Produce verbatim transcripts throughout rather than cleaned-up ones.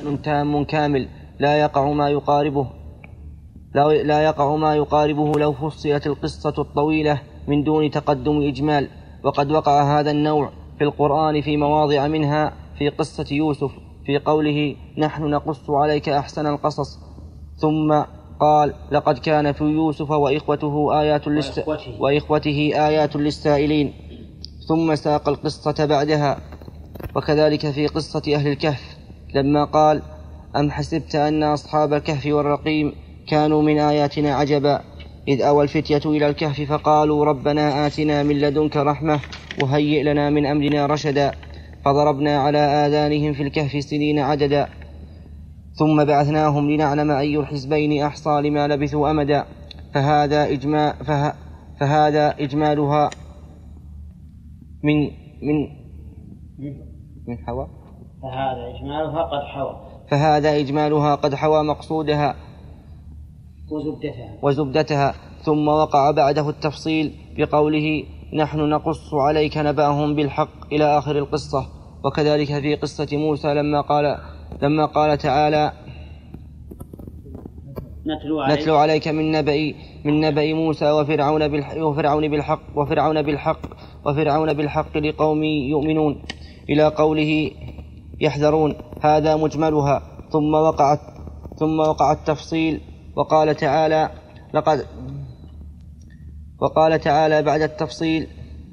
حسن تام كامل لا يقع ما يقاربه لا يقع ما يقاربه لو فصلت القصة الطويلة من دون تقدم إجمال. وقد وقع هذا النوع في القرآن في مواضع، منها في قصة يوسف في قوله نحن نقص عليك أحسن القصص، ثم قال لقد كان في يوسف وإخوته آيات, للس... وإخوته آيات للسائلين، ثم ساق القصة بعدها. وكذلك في قصة أهل الكهف لما قال أم حسبت أن أصحاب الكهف والرقيم كانوا من آياتنا عجبا إذ أوى الفتية إلى الكهف فقالوا ربنا آتنا من لدنك رحمة وهيئ لنا من أمرنا رشدا فضربنا على آذانهم في الكهف سنين عددا ثم بعثناهم لنعلم أي الحزبين أحصى لما لبثوا أمدا. فهذا, إجمال فه فهذا إجمالها من من من حوى فهذا إجمالها قد حوى فهذا إجمالها قد حوى مقصودها وزبدتها, وزبدتها. ثم وقع بعده التفصيل بقوله نحن نقص عليك نبأهم بالحق إلى آخر القصة. وكذلك في قصة موسى لما قال لما قال تعالى نتلو عليك, نتلو عليك من نبأ من نبأ موسى وفرعون بالحق وفرعون بالحق وفرعون بالحق وفرعون بالحق لقوم يؤمنون إلى قوله يحذرون. هذا مجملها. ثم وقع ثم وقع التفصيل وقال تعالى لقد وقال تعالى بعد التفصيل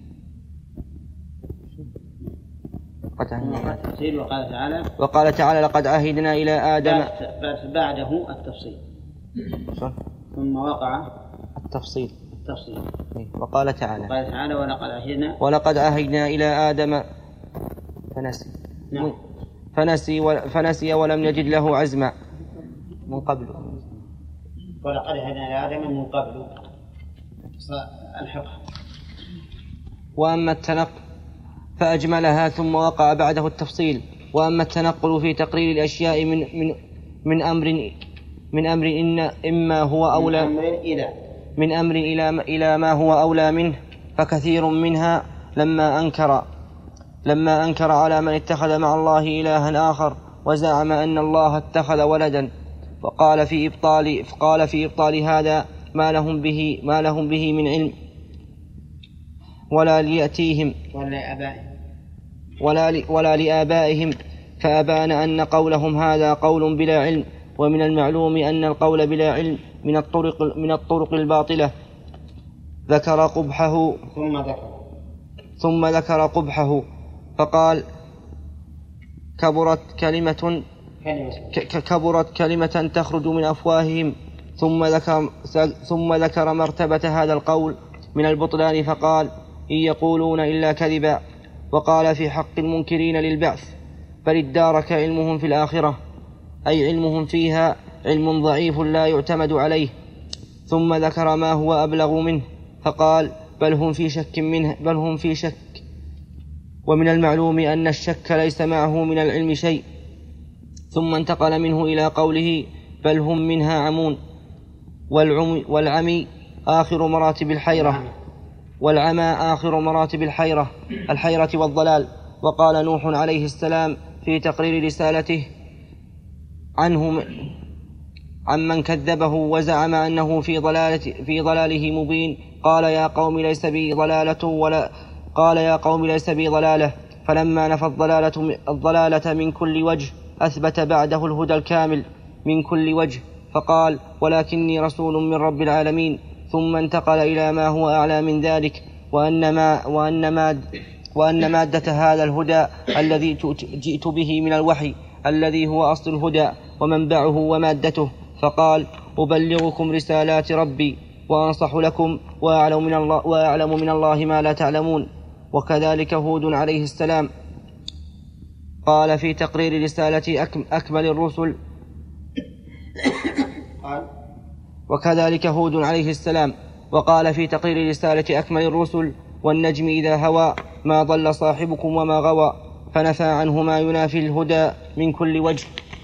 وقال تعالى وقال تعالى لقد عهدنا إلى آدم بعده التفصيل ثم وقع التفصيل التفصيل وقال تعالى وقال تعالى ولقد عهدنا ولقد عهدنا إلى آدم فنسي نعم. فنسي, و... فنسي ولم يجد له عزما من قبل ولقد عهدنا إلى آدم من قبل الحق. وأما التنقل فأجملها ثم وقع بعده التفصيل. وأما التنقل في تقرير الأشياء من من من أمر من أمر إن إما هو أولى من أمر إلى من أمر إلى إلى ما هو أولى منه فكثير منها لما أنكر لما أنكر على من اتخذ مع الله إلها آخر وزعم أن الله اتخذ ولدا، وقال في إبطال قال في إبطال هذا ما لهم به ما لهم به من علم ولا ليأتيهم ولا ولا لآبائهم، فأبان أن قولهم هذا قول بلا علم. ومن المعلوم أن القول بلا علم من الطرق من الطرق الباطلة. ذكر قبحه ثم ذكر ثم ذكر قبحه فقال كبرت كلمة كبرت كلمة تخرج من أفواههم. ثم ذكر ثم ذكر مرتبة هذا القول من البطلان فقال إن يقولون إلا كذبا. وقال في حق المنكرين للبعث بل ادارك علمهم في الآخرة، أي علمهم فيها علم ضعيف لا يعتمد عليه. ثم ذكر ما هو أبلغ منه فقال بل هم في شك منه بل هم في شك ومن المعلوم أن الشك ليس معه من العلم شيء. ثم انتقل منه إلى قوله بل هم منها عمون. والعمي, والعمي آخر مراتب الحيرة والعمى آخر مراتب الحيرة الحيرة والضلال. وقال نوح عليه السلام في تقرير رسالته عنه عمن كذبه وزعم أنه في ضلالة في ضلاله مبين قال يا قوم ليس بي ضلالة ولا قال يا قوم ليس بي ضلالة. فلما نفى الضلالة, الضلالة من كل وجه أثبت بعده الهدى الكامل من كل وجه فقال ولكني رسول من رب العالمين. ثم انتقل إلى ما هو أعلى من ذلك وأن, ما وأن, ماد وأن مادة هذا الهدى الذي جئت به من الوحي الذي هو أصل الهدى ومنبعه ومادته. فقال أبلغكم رسالات ربي وأنصح لكم وأعلم من الله, وأعلم من الله ما لا تعلمون. وكذلك هود عليه السلام قال في تقرير رسالة أكمل الرسل وكذلك هود عليه السلام وقال في تقرير رسالة أكمل الرسل والنجم إذا هوى ما ضل صاحبكم وما غوى. فنفى عنه ما ينافي الهدى من كل وجه.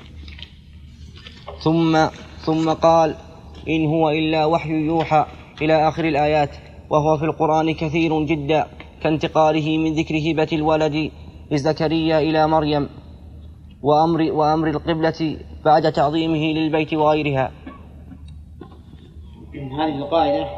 ثم ثم قال إن هو إلا وحي يوحى إلى آخر الآيات. وهو في القرآن كثير جدا كانتقاله من ذكر هبة الولد لزكريا إلى مريم وأمر, وأمر القبلة بعد تعظيمه للبيت وغيرها. هذه القاعدة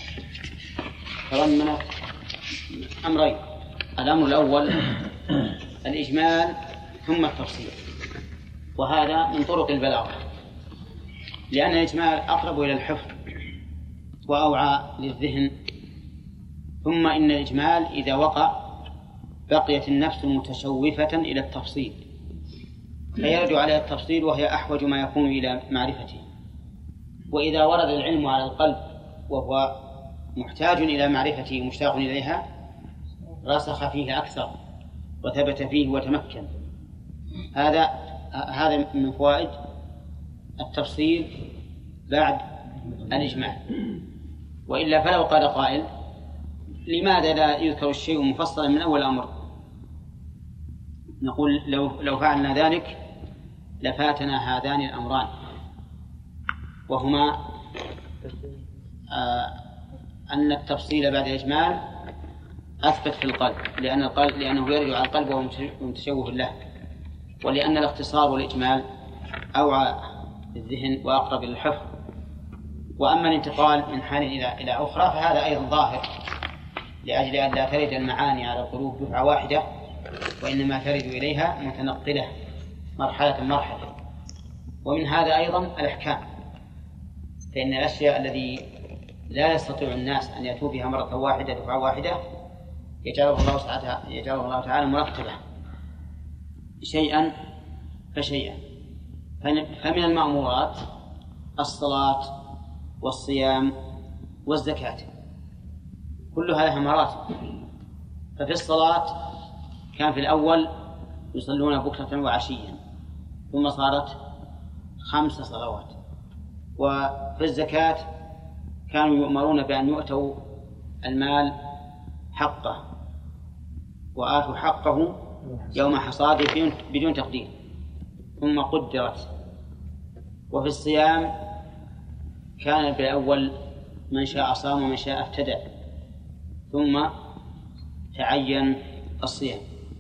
تضمنت أمرين. الأمر الأول الإجمال ثم التفصيل، وهذا من طرق البلاغة، لأن الإجمال أقرب إلى الحفظ وأوعى للذهن. ثم إن الإجمال إذا وقع بقيت النفس متشوفة إلى التفصيل، فيرد عليها التفصيل وهي أحوج ما يكون إلى معرفته. وإذا ورد العلم على القلب وهو محتاج إلى معرفته مشتاق إليها رسخ فيه أكثر وثبت فيه وتمكن. هذا هذا من فوائد التفصيل بعد الإجمال. وإلا فلو قال قائل لماذا لا يذكر الشيء مفصلا من أول أمر؟ نقول لو لو فعلنا ذلك لفاتنا هذان الأمران، وهما آه أن التفصيل بعد الإجمال أثبت في القلب، لأن القلب لأنه يرجع على القلب وهو متشوف له، ولأن الاختصار والإجمال أوعى للذهن وأقرب للحفظ. وأما الانتقال من حال إلى إلى أخرى فهذا أيضا ظاهر، لأجل أن لا ترد المعاني على القلوب دفعة واحدة، وإنما ترد إليها متنقلة مرحلة مرحلة. ومن هذا أيضا الأحكام، فإن الأشياء الذي لا يستطيع الناس أن يأتوا بها مرة واحدة دفعة واحدة يجعله الله تعالى يجعله الله تعالى مرتبة شيئا فشيئا. فمن المأمورات الصلاة والصيام والزكاة، كلها لها مراتب. ففي الصلاة كان في الأول يصلون بكرة وعشيا، ثم صارت خمس صلوات. وفي الزكاة كانوا يؤمرون بأن يؤتوا المال حقه، وآتوا حقه يوم حصاده بدون تقدير، ثم قدرت. وفي الصيام كان في الأول من شاء صام ومن شاء افتدى، ثم تعين الصيام.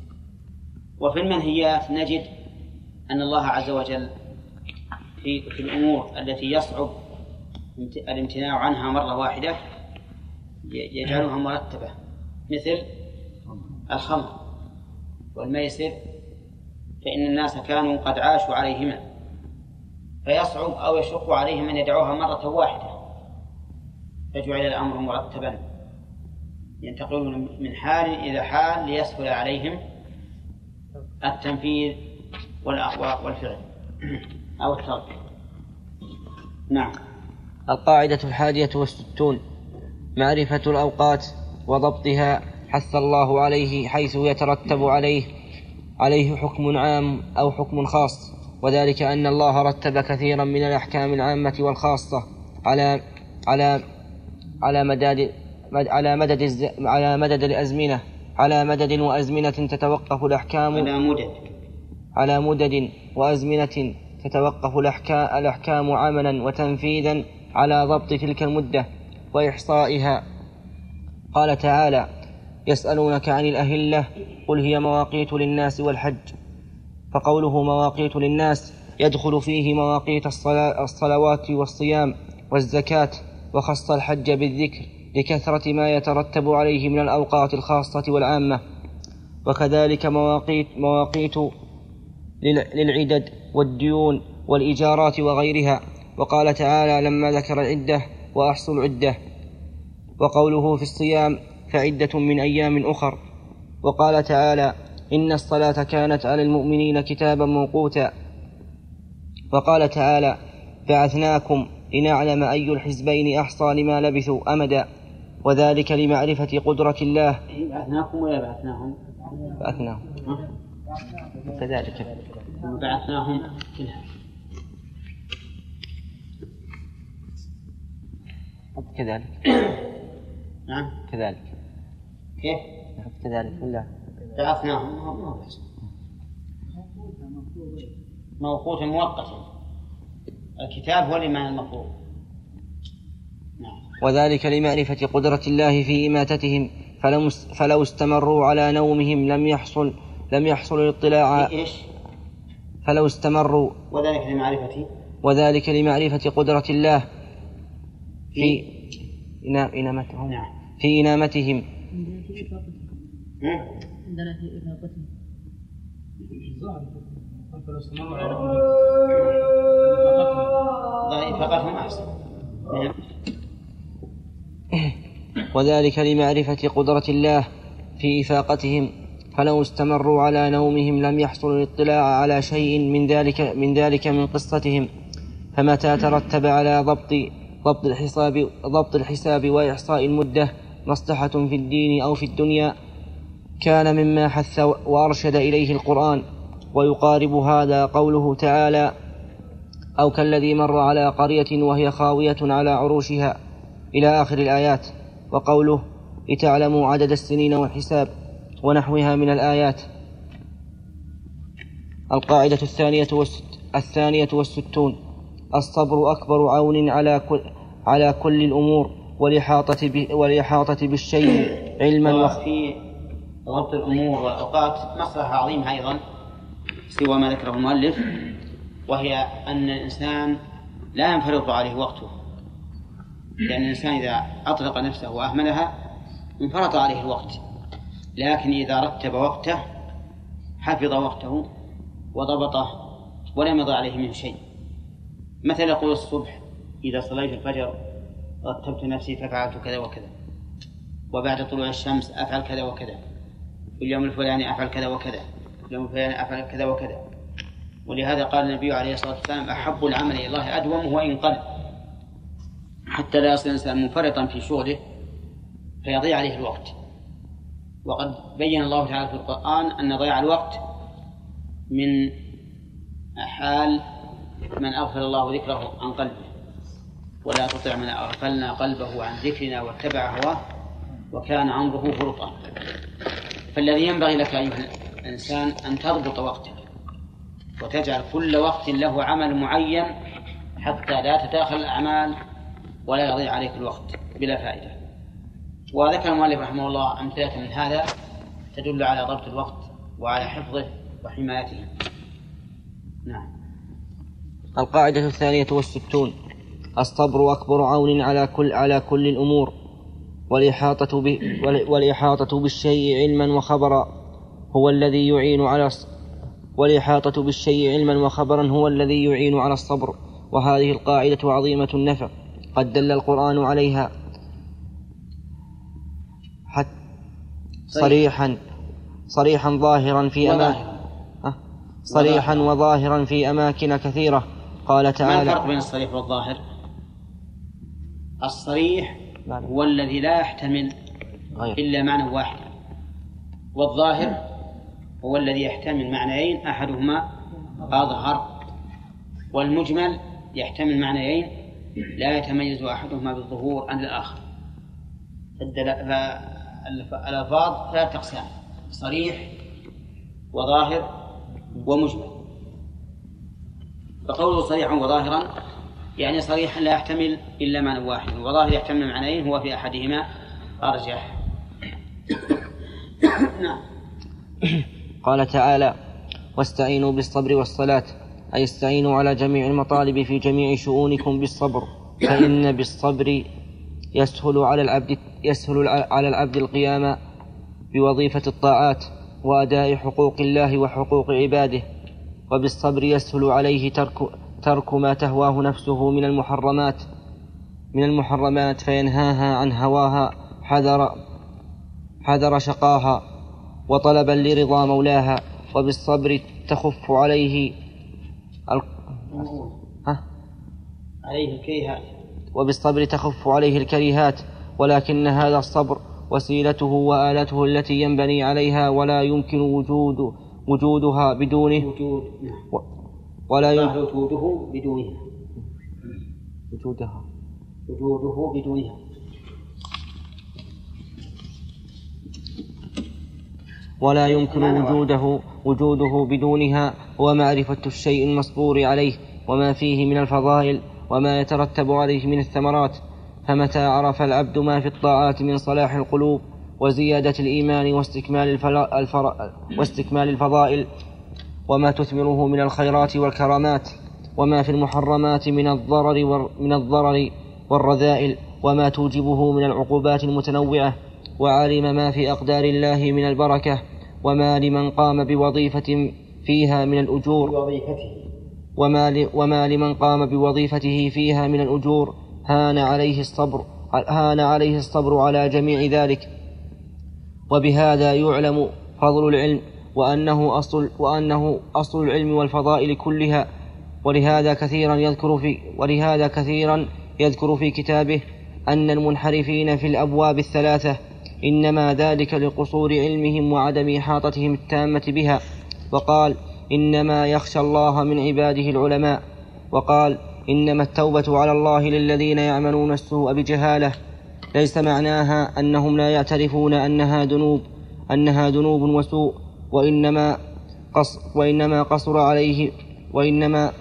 وفي المنهيات نجد أن الله عز وجل في, في الأمور التي يصعب الامتناع عنها مرة واحدة يجعلها مرتبة، مثل الخمر والميسر، فإن الناس كانوا قد عاشوا عليهما، فيصعب أو يشق عليهم أن يدعوها مرة واحدة، فجعل الأمر مرتبا ينتقلون من حال إلى حال ليسهل عليهم التنفيذ والفعل أو الترك. نعم. القاعدة الحادية والستون: معرفة الأوقات وضبطها حث الله عليه، حيث يترتب عليه عليه حكم عام أو حكم خاص، وذلك أن الله رتب كثيرا من الأحكام العامة والخاصة على على على مداد على مدد على مدد الأزمنة على مدد وأزمنة تتوقف الأحكام على مدد على مدد وأزمنة تتوقف الأحكام عملا وتنفيذا على ضبط تلك المدة وإحصائها. قال تعالى: يسألونك عن الأهلة قل هي مواقيت للناس والحج. فقوله مواقيت للناس يدخل فيه مواقيت الصلوات والصيام والزكاة، وخص الحج بالذكر لكثرة ما يترتب عليه من الأوقات الخاصة والعامة. وكذلك مواقيت, مواقيت للعدد والديون والإيجارات وغيرها. وقال تعالى لما ذكر العدة: وأحصوا العدة. وقوله في الصيام: فعدة من أيام أخر. وقال تعالى: إن الصلاة كانت على المؤمنين كتابا موقوتا. وقال تعالى: بعثناكم لنعلم أي الحزبين أحصى لما لبثوا أمدا، وذلك لمعرفة قدرة الله. بعثناكم ولا بعثناهم؟ بعثناهم كذلك بعثناهم كذلك نعم كذلك كيف كذلك ولا بعثناهم موقوتا مؤقتا، الكتاب هو لمعنى المفروض. وذلك لمعرفة قدرة الله في إماتتهم، فلو استمروا على نومهم لم يحصل لم يحصل الاطلاع إيش فلو استمروا وذلك لمعرفة وذلك لمعرفة قدرة الله في إنامتهم نعم. في إنامتهم عندنا في إفاقتهم فلو استمروا على إفاقتهم أحسن. وذلك لمعرفة قدرة الله في إفاقتهم فلو استمروا على نومهم لم يحصل الاطلاع على شيء من ذلك من ذلك من قصتهم. فمتى ترتب على ضبط ضبط الحساب ضبط الحساب وإحصاء المدة مصلحة في الدين أو في الدنيا كان مما حث وأرشد إليه القرآن. ويقارب هذا قوله تعالى: أو كالذي مر على قرية وهي خاوية على عروشها إلى آخر الآيات. وقوله: لتعلموا عدد السنين والحساب ونحوها من الآيات. القاعدة الثانية والست الثانية والستون: الصبر أكبر عون على كل على كل الأمور والإحاطة والإحاطة بالشيء علما. وفي ضبط الأمور والأوقات مصلحة عظيمة أيضا سوى ما ذكره المؤلف، وهي أن الإنسان لا ينفرط عليه وقته، لأن الإنسان إذا أطلق نفسه وأهملها انفرط عليه الوقت، لكن إذا رتب وقته حفظ وقته وضبطه ولم يضع عليه منه شيء. مثل يقول الصبح إذا صليت الفجر رتبت نفسي ففعلت كذا وكذا، وبعد طلوع الشمس أفعل كذا وكذا، في اليوم الفلاني أفعل كذا وكذا، في اليوم الفلاني أفعل كذا وكذا. ولهذا قال النبي عليه الصلاة والسلام: أحب العمل إلى الله أدومه وإن قل، حتى لا يصير الإنسان منفرطا في شغله فيضيع عليه الوقت. وقد بين الله تعالى في القرآن أن ضياع الوقت من حال من أغفل الله ذكره عن قلبه، ولا تطع من أغفلنا قلبه عن ذكرنا واتبع هواه وكان أمره فرطا. فالذي ينبغي لك أيها الإنسان أن تضبط وقتك وتجعل كل وقت له عمل معين حتى لا تتداخل الأعمال ولا يضيع عليك الوقت بلا فائدة. وذكر المؤلف رحمه الله أمثلة من هذا تدل على ضبط الوقت وعلى حفظه وحمايته. نعم. القاعدة الثانية والستون: الصبر أكبر عون على كل على كل الأمور والإحاطة ب والإحاطة بالشيء علما وخبرا هو الذي يعين على والإحاطة بالشيء علما وخبرا هو الذي يعين على الصبر. وهذه القاعدة عظيمة النفع، قد دل القرآن عليها صريحا صريحا ظاهرا في أماكن صريحا وظاهرا في أماكن كثيرة. قال تعالى: ما الفرق بين الصريح والظاهر؟ الصريح هو الذي لا يحتمل إلا معنى واحد، والظاهر هو الذي يحتمل معنيين أحدهما أظهر، والمجمل يحتمل معنيين لا يتميز أحدهما بالظهور عن الآخر. فالألفاظ ثلاث أقسام: صريح وظاهر ومجمل. فقوله صريحا وظاهرا يعني صريحا لا يحتمل إلا معنى واحد، وظاهر يحتمل معنيين هو في أحدهما أرجح. نعم. قال تعالى: واستعينوا بالصبر والصلاة، أي استعينوا على جميع المطالب في جميع شؤونكم بالصبر، فإن بالصبر يسهل على العبد يسهل على العبد القيام بوظيفة الطاعات وأداء حقوق الله وحقوق عباده، وبالصبر يسهل عليه ترك ترك ما تهواه نفسه من المحرمات من المحرمات فينهاها عن هواها حذر حذر شقاها وطلبا لرضا مولاها. وبالصبر تخف عليه ال... ها؟ عليه الكريهات وبالصبر تخف عليه الكريهات، ولكن هذا الصبر وسيلته وآلته التي ينبني عليها ولا يمكن وجود وجودها بدونه وجود و... ولا يمكن وجوده بدونها وجودها وجوده بدونها ولا يمكن وجوده وجوده بدونها هو معرفة الشيء المصبور عليه وما فيه من الفضائل وما يترتب عليه من الثمرات. فمتى عرف العبد ما في الطاعات من صلاح القلوب وزيادة الإيمان واستكمال, الفر... واستكمال الفضائل وما تثمره من الخيرات والكرامات، وما في المحرمات من الضرر من الضرر والرذائل، وما توجبه من العقوبات المتنوعة، وعلم ما في أقدار الله من البركة، وما لمن قام بوظيفة فيها من الأجور وما, وما لمن قام بوظيفته فيها من الأجور هان عليه الصبر هان عليه الصبر على جميع ذلك. وبهذا يعلم فضل العلم وأنه أصل, وأنه أصل العلم والفضائل كلها. ولهذا كثيرا يذكر في ولهذا كثيرا يذكر في كتابه أن المنحرفين في الأبواب الثلاثة إنما ذلك لقصور علمهم وعدم إحاطتهم التامة بها، وقال إنما يخشى الله من عباده العلماء، وقال إنما التوبة على الله للذين يعملون السوء بجهالة، ليس معناها أنهم لا يعترفون أنها ذنوب أنها ذنوب وسوء، وإنما قص وإنما قصر عليه وإنما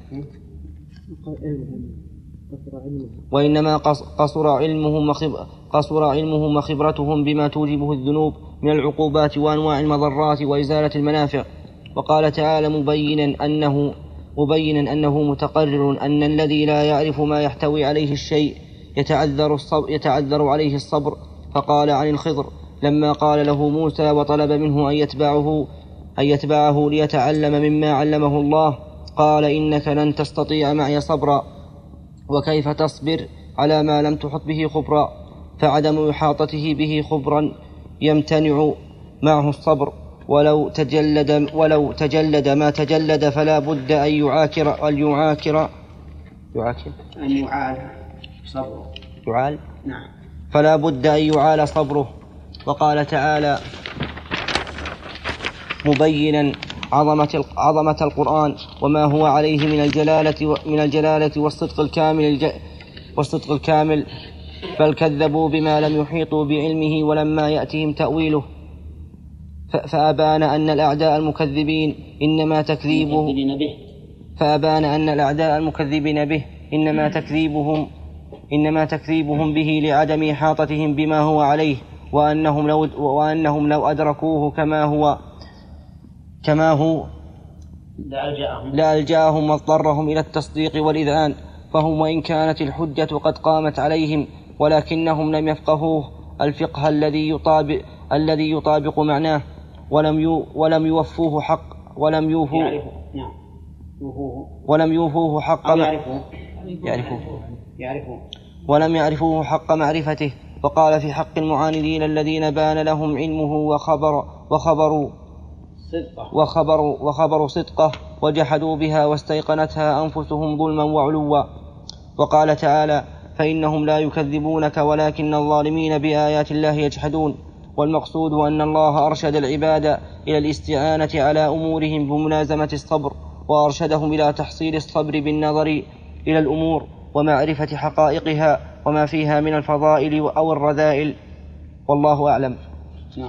وإنما قصر علمهم قصر علمهم وخبرتهم بما توجبه الذنوب من العقوبات وأنواع المضرات وإزالة المنافع. وقال تعالى مبينا أنه مبينا أنه متقرر أن الذي لا يعرف ما يحتوي عليه الشيء يتعذر, الصبر يتعذر عليه الصبر. فقال عن الخضر لما قال له موسى وطلب منه أن يتبعه, أن يتبعه ليتعلم مما علمه الله، قال إنك لن تستطيع معي صبرا، وكيف تصبر على ما لم تحط به خبرا؟ فعدم إحاطته به خبرا يمتنع معه الصبر، ولو تجلد, ولو تجلد ما تجلد فلا بد أن يعاكر أن يعاكر يعاكر أن يعال صبره يعال نعم فلا بد أن يعال صبره. وقال تعالى مبينا عظمة عظمة القرآن وما هو عليه من الجلالة من الجلالة والصدق الكامل والصدق الكامل بل كذبوا بما لم يحيطوا بعلمه ولما يأتهم تأويله. فأبان أن الأعداء المكذبين إنما تكذيبه فأبان أن الأعداء المكذبين به إنما تكذيبهم إنما تكذيبهم به لعدم إحاطتهم بما هو عليه، وأنهم لو وأنهم لو أدركوه كما هو كما هو لألجأهم واضطرهم إلى التصديق والإذعان، فهم وإن كانت الحجة قد قامت عليهم ولكنهم لم يفقهوه الفقه الذي يطابق الذي يطابق معناه، ولم يو ولم يوفوه حق ولم يوفوه ولم يوفوه حق يعرفوه يعرفوه ولم يعرفوه حق معرفته. وقال في حق المعاندين الذين بان لهم علمه وخبر وخبروا وخبروا وخبروا صدقه وجحدوا بها واستيقنتها أنفسهم ظلما وعلوا. وقال تعالى فإنهم لا يكذبونك ولكن الظالمين بآيات الله يجحدون. والمقصود أن الله أرشد العباد إلى الاستعانة على أمورهم بملازمة الصبر، وأرشدهم إلى تحصيل الصبر بالنظر إلى الأمور ومعرفة حقائقها وما فيها من الفضائل أو الرذائل، والله أعلم. نعم.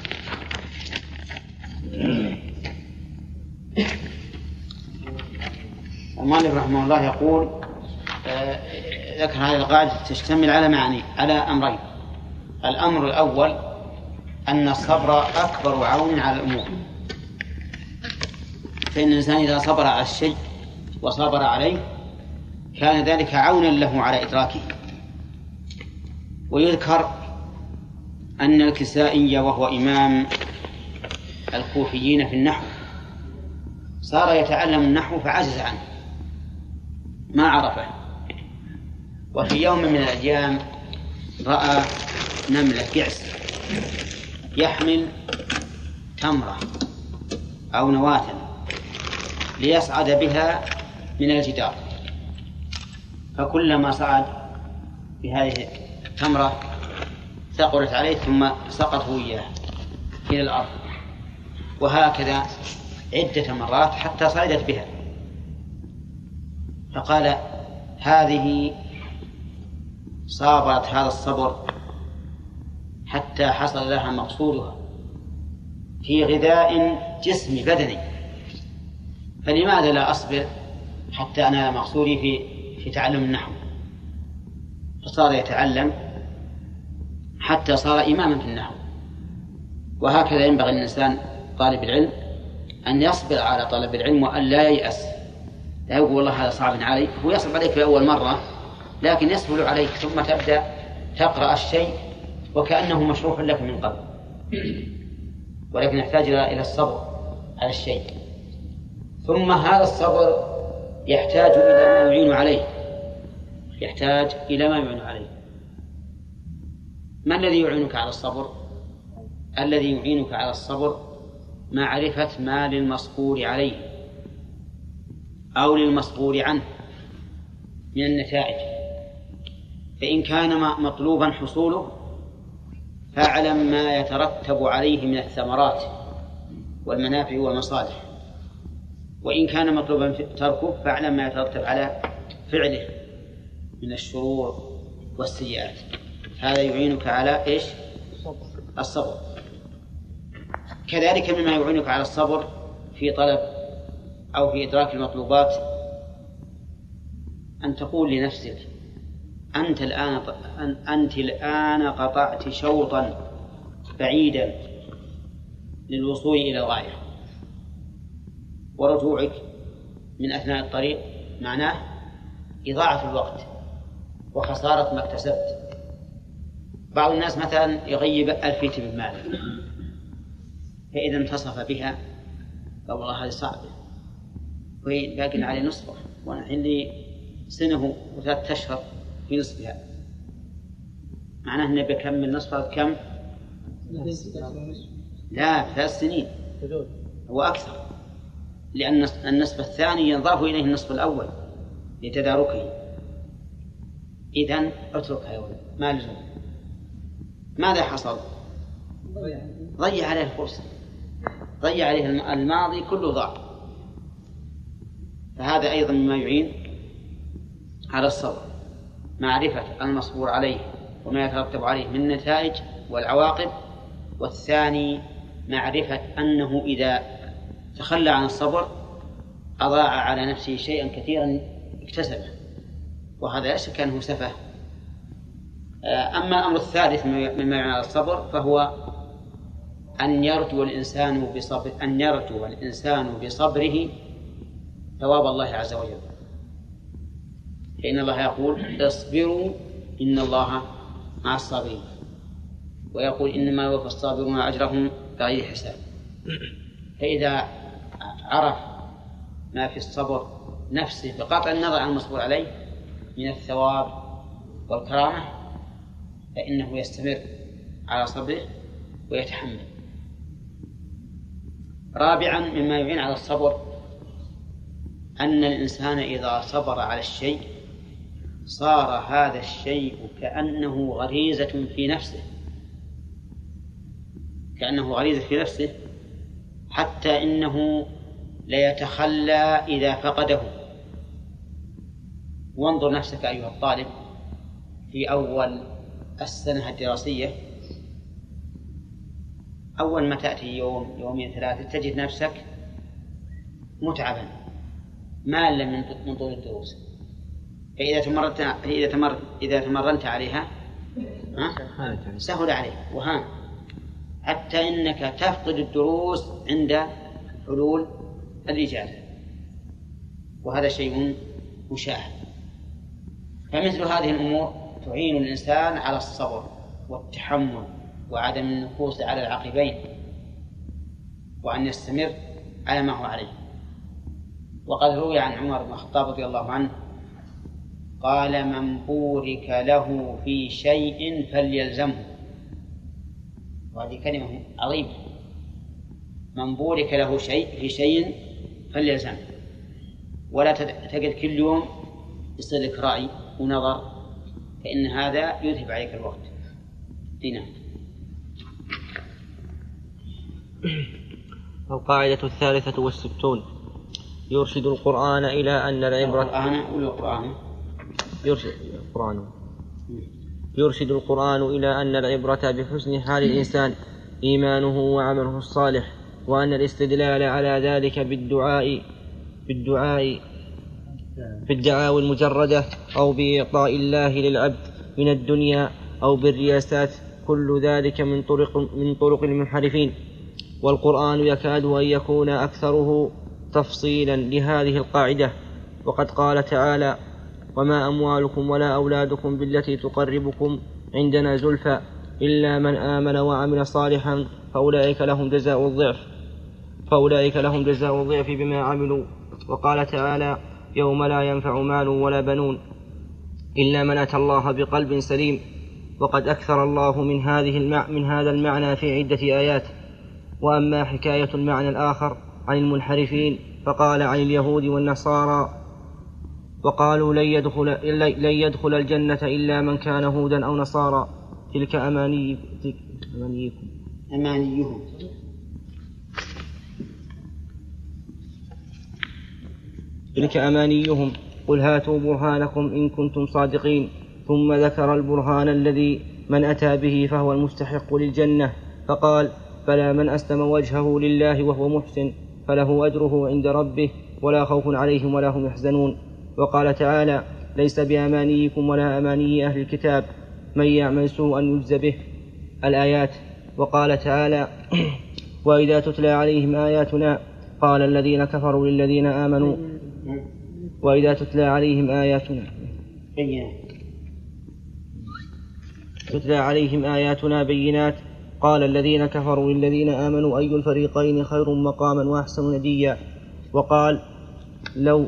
المؤلف رحمه الله يقول آه ذكر هذه القاعدة تشتمل على معاني على أمرين. الأمر الأول أن الصبر أكبر عون على الأمور، فإن الإنسان إذا صبر على الشيء وصبر عليه كان ذلك عونا له على إدراكه. ويذكر أن الكسائي وهو إمام الكوفيين في النحو صار يتعلم النحو فعجز عنه ما عرفه، وفي يوم من الأيام رأى نملة كعس يحمل تمرة أو نواة ليصعد بها من الجدار، فكلما صعد بهذه التمرة ثقلت عليه ثم سقطه إياه إلى الأرض، وهكذا عدة مرات حتى صعدت بها. فقال هذه صابرت هذا الصبر حتى حصل لها مقصودها في غذاء جسمي بدني، فلماذا لا أصبر حتى أنال مقصودي في في تعلم النحو؟ فصار يتعلم حتى صار إماما في النحو. وهكذا ينبغي الإنسان طالب العلم أن يصبر على طلب العلم وأن لا ييأس، لا يقول والله هذا صعب عليك، هو يصعب عليك في أول مرة لكن يسهل عليك، ثم تبدأ تقرأ الشيء وكأنه مشروح لك من قبل، ولكن يحتاج إلى الصبر على الشيء. ثم هذا الصبر يحتاج إلى ما يعين عليه، يحتاج إلى ما يعين عليه. ما الذي يعينك على الصبر؟ الذي يعينك على الصبر معرفة ما للمصبور عليه أو للمصبور عنه من النتائج. فإن كان مطلوبا حصوله فاعلم ما يترتب عليه من الثمرات والمنافع والمصالح، وإن كان مطلوبا تركه فاعلم ما يترتب على فعله من الشرور والسيئات. هذا يعينك على إيش؟ الصبر. كذلك مما يعينك على الصبر في طلب أو في إدراك المطلوبات أن تقول لنفسك أنت الآن أنت الآن قطعت شوطا بعيدا للوصول إلى الغاية، ورجوعك من أثناء الطريق معناه إضاعة الوقت وخسارة ما اكتسبت. بعض الناس مثلا يغيب ألفية بالمال، فإذا انتصف بها قال والله هذه صعبة وباقي عليه نصفه، وأنا عندي سنه وثلاثة أشهر في نصفها، معناه أنه بيكمل نصفها بكم؟ لا، ثلاث سنين وأكثر، لأن النصف الثاني ينضاف إليه النصف الأول لتداركه. إذن اتركها يا ولد، ما لزم. ماذا حصل؟ ضيع عليه الفرصة، ضيع عليه الماضي كله ضاع. فهذا أيضا مما يعين على الصبر، معرفة المصبور عليه وما يترتب عليه من النتائج والعواقب. والثاني معرفة أنه إذا تخلى عن الصبر أضاع على نفسه شيئا كثيرا اكتسبه، وهذا لا شك أنه سفه. أما الأمر الثالث مما يعين على الصبر فهو أن يرجو الإنسان بصبر أن يرجو الإنسان بصبره ثواب الله عز وجل، فإن الله يقول اصبروا إن الله مع الصابرين، ويقول إنما يوفى الصابرون أجرهم بغير حساب. فإذا عرف ما في الصبر نفسه بقطع النظر عن المصبور عليه من الثواب والكرامة فإنه يستمر على صبره ويتحمل. رابعا مما يعين على الصبر أن الإنسان إذا صبر على الشيء صار هذا الشيء كأنه غريزة في نفسه، كأنه غريزة في نفسه، حتى إنه ليتخلى إذا فقده. وانظر نفسك أيها الطالب في أول السنة الدراسية، أول ما تأتي يوم يومين ثلاثة تجد نفسك متعبا مالا من طول الدروس، فإذا تمرنت إذا تمر إذا تمرنت عليها سهل عليك وهان، حتى إنك تفقد الدروس عند حلول الإجازة، وهذا شيء مشاهد. فمثل هذه الأمور تعين الإنسان على الصبر والتحمل وعدم النفوس على العقبين، وأن يستمر على ما هو عليه. وقد روي عن عمر بن الخطاب رضي الله عنه قال من بورك له في شيء فليلزمه، وهذه كلمة عظيمة، من بورك له شيء في شيء فليلزمه، ولا تجد كل يوم يصير لك رأي ونظر، فإن هذا يذهب عليك الوقت. هنا القاعدة الثالثة والستون يرشد القرآن إلى أن العبرة القرآن والقرآن يرشد القرآن يرشد القرآن إلى أن العبرة بحسن حال الإنسان إيمانه وعمله الصالح، وأن الاستدلال على ذلك بالدعاء بالدعاء بالدعاوى المجردة أو بإعطاء الله للعبد من الدنيا أو بالرياسات كل ذلك من طرق من طرق المنحرفين. والقرآن يكاد أن يكون أكثره تفصيلا لهذه القاعدة. وقد قال تعالى: وما أموالكم ولا أولادكم بالتي تقربكم عندنا زلفى إلا من آمن وعمل صالحا فأولئك لهم جزاء الضعف فأولئك لهم جزاء الضعف بما عملوا. وقال تعالى: يوم لا ينفع مال ولا بنون إلا من أتى الله بقلب سليم. وقد أكثر الله من, هذه المع... من هذا المعنى في عدة آيات. وأما حكاية المعنى الآخر عن المنحرفين فقال عن اليهود والنصارى وقالوا لن يدخل, لن يدخل الجنة إلا من كان هودا أو نصارى تلك أماني أمانيكم أمانيهم تلك أمانيهم قل هاتوا برهانكم إن كنتم صادقين. ثم ذكر البرهان الذي من أتى به فهو المستحق للجنة فقال: فلا من أسلم وجهه لله وهو محسن فله أجره عند ربه ولا خوف عليهم ولا هم يحزنون. وقال تعالى: ليس بأمانيكم ولا أماني أهل الكتاب من يعمل سوءا يجز به الآيات. وقال تعالى: وإذا تتلى عليهم آياتنا قال الذين كفروا للذين آمنوا وإذا تتلى عليهم آياتنا تتلى عليهم آياتنا بينات قال الذين كفروا للذين آمنوا أي الفريقين خير مقاما وأحسن نديا. وقال لو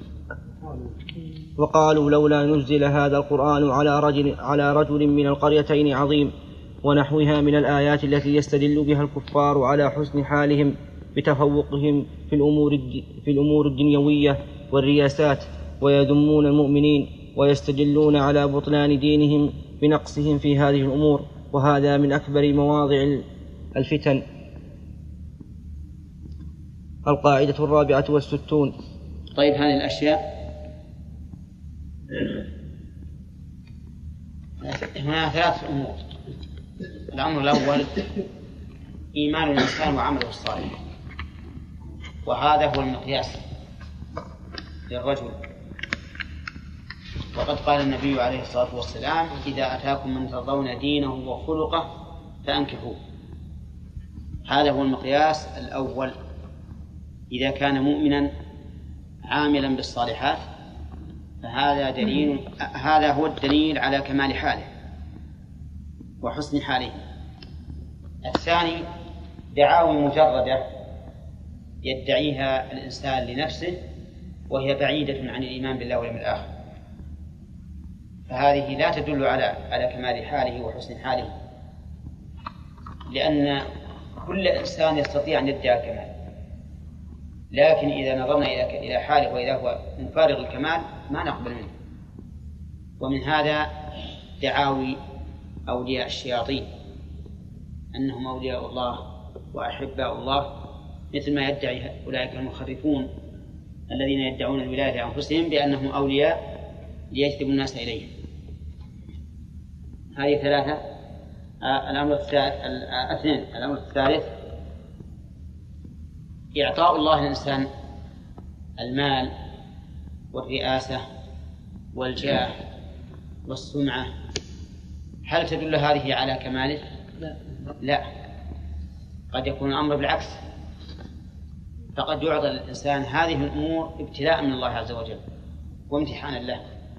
وقالوا لولا نزل هذا القرآن على رجل, على رجل من القريتين عظيم ونحوها من الآيات التي يستدل بها الكفار على حسن حالهم بتفوقهم في الأمور, في الأمور الدنيوية والرياسات ويذمون المؤمنين ويستدلون على بطلان دينهم بنقصهم في هذه الأمور. وهذا من أكبر مواضع الفتن. القاعدة الرابعة والستون. طيب، هذه الأشياء هنا ثلاث أمور. الأمر الأول إيمان الإنسان وعمله الصالح، وهذا هو المقياس للرجل. وقد قال النبي عليه الصلاة والسلام: إذا أتاكم من ترضون دينه وخلقه فأنكحوه. هذا هو المقياس الأول. إذا كان مؤمنا عاملا بالصالحات فهذا دليل، هذا هو الدليل على كمال حاله وحسن حاله. الثاني دعاوى مجردة يدعيها الإنسان لنفسه وهي بعيدة عن الإيمان بالله واليوم الآخر، فهذه لا تدل على على كمال حاله وحسن حاله، لأن كل إنسان يستطيع أن يدعي الكمال، لكن إذا نظرنا إلى حاله وإذا هو مفارغ الكمال ما نقبل منه. ومن هذا دعاوي أولياء الشياطين أنهم أولياء الله وأحباء الله، مثل ما يدعي أولئك المخرفون الذين يدعون الولاية لأنفسهم بأنهم أولياء ليجذبوا الناس إليهم. هذه ثلاثة. الأمر الثالث اثنين الأمر الثالث إعطاء الله الإنسان المال والرئاسة والجاه والسمعة. هل تدل هذه على كماله؟ لا. لا، قد يكون الأمر بالعكس، فقد يعطى الإنسان هذه الأمور ابتلاء من الله عز وجل وامتحانا له،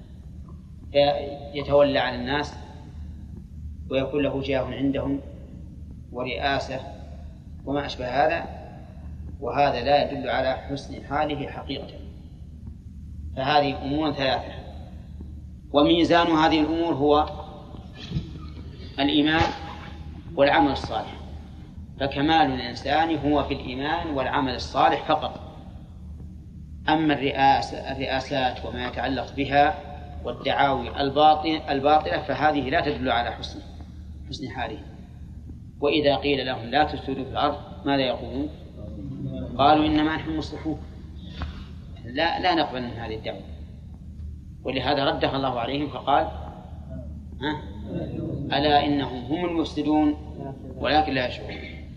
يتولى عن الناس ويكون له جاه عندهم ورئاسة وما أشبه هذا، وهذا لا يدل على حسن حاله حقيقة. فهذه أمور ثلاثة، وميزان هذه الأمور هو الإيمان والعمل الصالح. فكمال الإنسان هو في الإيمان والعمل الصالح فقط. أما الرئاسة الرئاسات وما يتعلق بها والدعاوي الباطلة فهذه لا تدل على حسن حسن حاله. وإذا قيل لهم لا تفسدوا في الأرض ماذا يقولون؟ قالوا إنما نحن مصلحون. لا لا نقبل من هذه الدعوة، ولهذا ردها الله عليهم فقال: ها؟ ألا إنهم هم المفسدون ولكن لا يشعرون.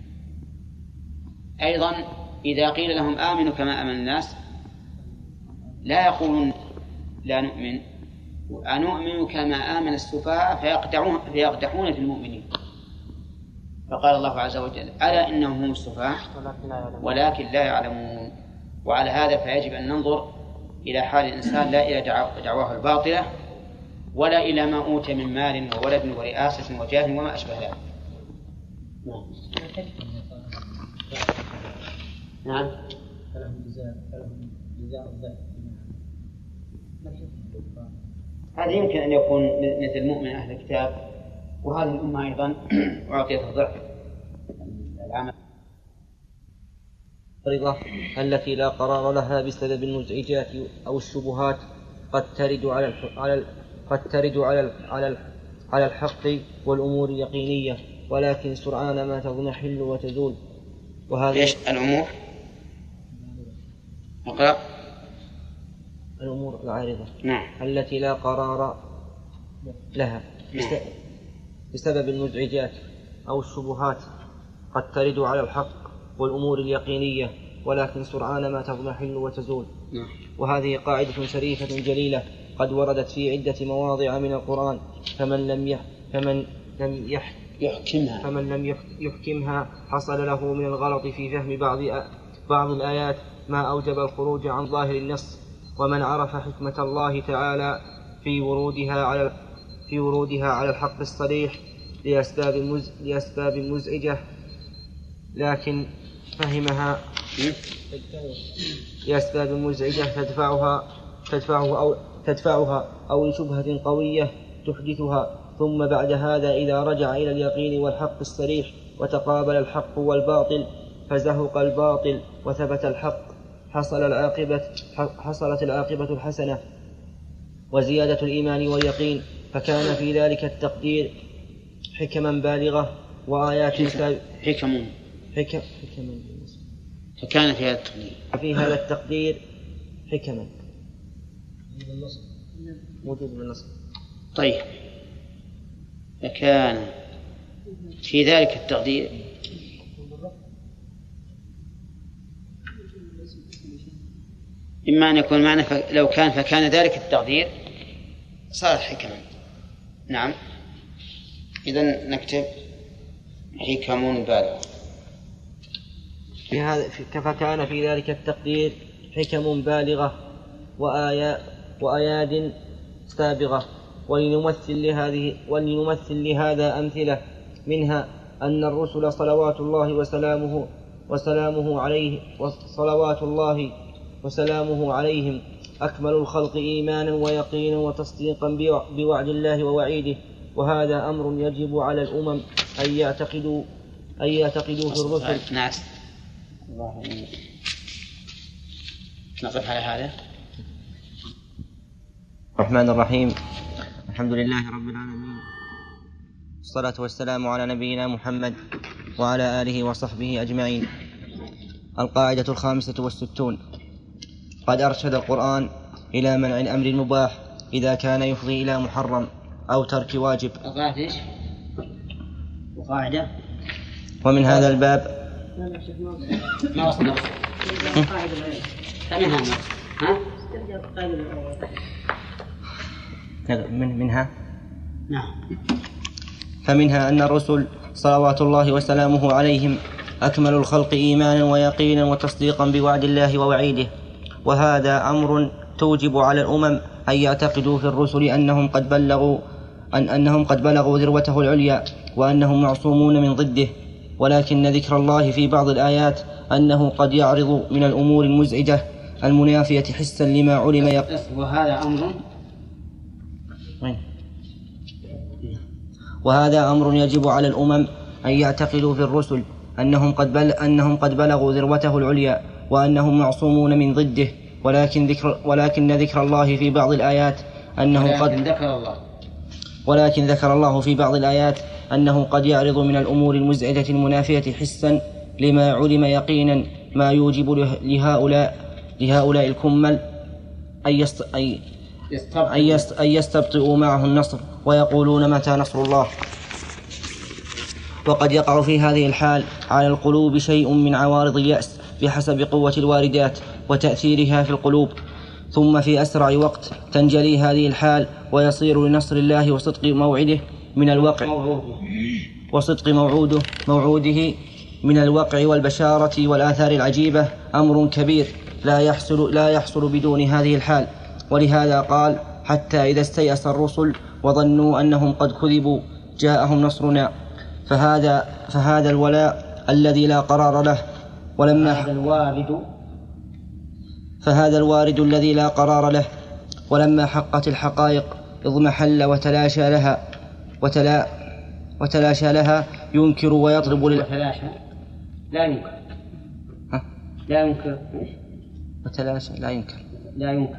أيضا إذا قيل لهم آمنوا كما آمن الناس لا يقولون لا نؤمن، أنؤمن كما آمن السفهاء فيقدحون في المؤمنين. فقال الله عز وجل ألا إنهم هم السفهاء ولكن لا يعلمون. وعلى هذا فيجب أن ننظر إلى حال الإنسان لا إلى دعواه الباطلة ولا إلى ما أوتي من مال وولد ورئاسة وجاه وما أشبه ذلك. نعم. هذا يمكن أن يكون مثل مؤمن أهل الكتاب، وهذه الأمة أيضا أعطيت الضعف العمل الرضا التي لا قرار لها بسبب المزعجات أو الشبهات قد ترد على على قد ترد على على على الحق والأمور اليقينية، ولكن سرعان ما تضمحل وتزول. وهذا ايش الأمور؟ اقرأ. الأمور العارضة نعم. التي لا قرار لها نعم. بسبب المزعجات أو الشبهات قد ترد على الحق والأمور اليقينية، ولكن سرعان ما تضمحل وتزول. نعم. وهذه قاعدة شريفة جليلة قد وردت في عدة مواضع من القرآن، فمن لم يح فمن لم يح يحكمها فمن لم يحكمها حصل له من الغلط في فهم بعض بعض الآيات ما أوجب الخروج عن ظاهر النص. ومن عرف حكمة الله تعالى في ورودها على في ورودها على الحق الصريح لأسباب مز لأسباب مزعجة لكن فهمها لأسباب مزعجة تدفعها تدفعه أو تدفعها أو لشبهة قوية تحدثها، ثم بعد هذا إذا رجع إلى اليقين والحق الصريح وتقابل الحق والباطل فزهق الباطل وثبت الحق حصل العاقبة حصلت العاقبة الحسنة وزيادة الإيمان واليقين. فكان في ذلك التقدير حكما بالغة وآيات حكم حكم حكما فكان في هذا التقدير في هذا التقدير حكما موجود بالنص. طيب، فكان في ذلك التقدير إما أن يكون معنى لو كان فكان ذلك التقدير صارت حكما. نعم. إذن نكتب حكم بالغة في هذا فكان في ذلك التقدير حكم بالغة وآيات وآياد سابغة. ولنمثل لهذه ولنمثل لهذا أمثلة، منها أن الرسل صلوات الله وسلامه وسلامه عليه وصلوات الله وسلامه عليهم أكمل الخلق إيمانا ويقينا وتصديقا بوعد الله ووعيده. وهذا أمر يجب على الأمم أن يعتقدوا أن يعتقدوا في الرسل. نعم. نقف على هذا. الرحمن الرحيم. الحمد لله رب العالمين، والصلاة والسلام على نبينا محمد وعلى آله وصحبه أجمعين. القاعدة الخامسة والستون: قد أرشد القرآن إلى منع الأمر المباح إذا كان يفضي إلى محرم أو ترك واجب. القاعدة ومن هذا الباب ما وصلنا فمنها ها من منها نعم فمنها أن الرسل صلوات الله وسلامه عليهم أكمل الخلق إيمانا ويقينا وتصديقا بوعد الله ووعيده. وهذا أمر توجب على الأمم أن يعتقدوا في الرسل أنهم قد بلغوا أن أنهم قد بلغوا ذروته العليا وأنهم معصومون من ضده. ولكن ذكر الله في بعض الآيات أنه قد يعرض من الأمور المزعجة المنافية حسا لما علم يق... وهذا أمر وهذا أمر يجب على الأمم أن يعتقدوا في الرسل أنهم قد, بل... أنهم قد بلغوا ذروته العليا وأنهم معصومون من ضده. ولكن ذكر, ولكن ذكر الله في بعض الآيات أنه ولكن قد ذكر الله ولكن ذكر الله في بعض الآيات أنه قد يعرض من الأمور المزعجة المنافية حسا لما علم يقينا ما يوجب لهؤلاء لهؤلاء الكمل أن يست... أي... يست... يستبطئوا معه النصر ويقولون متى نصر الله. وقد يقع في هذه الحال على القلوب شيء من عوارض اليأس بحسب قوة الواردات وتأثيرها في القلوب، ثم في أسرع وقت تنجلي هذه الحال ويصير لنصر الله وصدق موعده من الوقع وصدق موعوده, موعوده من الوقع والبشارة والآثار العجيبة أمر كبير لا يحصل, لا يحصل بدون هذه الحال. ولهذا قال: حتى إذا استيأس الرسل وظنوا أنهم قد كذبوا جاءهم نصرنا. فهذا, فهذا الولاء الذي لا قرار له ولما هذا الوارد فهذا الوارد الذي لا قرار له ولما حقت الحقائق اضمحل وتلاشى لها وتلا وتلاشى لها ينكر ويطلب لل... وتلاشى لا ينكر ها؟ لا ينكر وتلاشى لا ينكر لا ينكر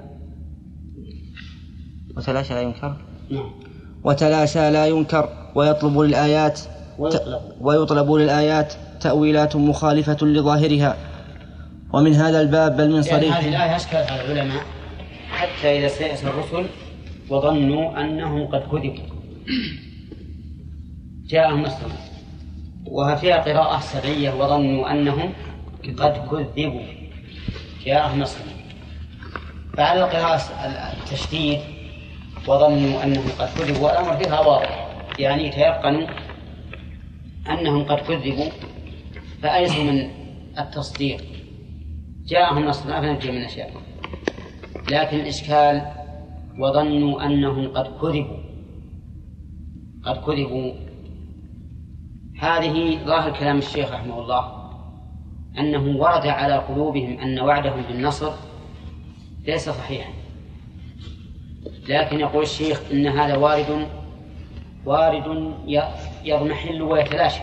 وتلاشى لا ينكر نعم. وتلاشى لا ينكر ويطلب للآيات ويطلب, ويطلب للآيات تأويلات مخالفة لظاهرها. ومن هذا الباب بل من صريح هذه الآية أشكلت على العلماء حتى إذا استيأس الرسل وظنوا أنهم قد كذبوا جاءهم نصرنا، وفيها قراءة سبعية وظنوا أنهم قد كذبوا جاءهم نصرنا. فعلى القراءة التشديد وظنوا أنهم قد كذبوا والأمر فيها واضح، يعني تيقنوا أنهم قد كذبوا فأيسوا من التصديق جاءهم نصرنا فنجوا من أشياء. لكن الإشكال وظنوا أنهم قد كذبوا قد كذبوا هذه ظاهر كلام الشيخ رحمه الله أنه ورد على قلوبهم أن وعدهم بالنصر ليس صحيحا، لكن يقول الشيخ إن هذا وارد وارد يضمحل ويتلاشى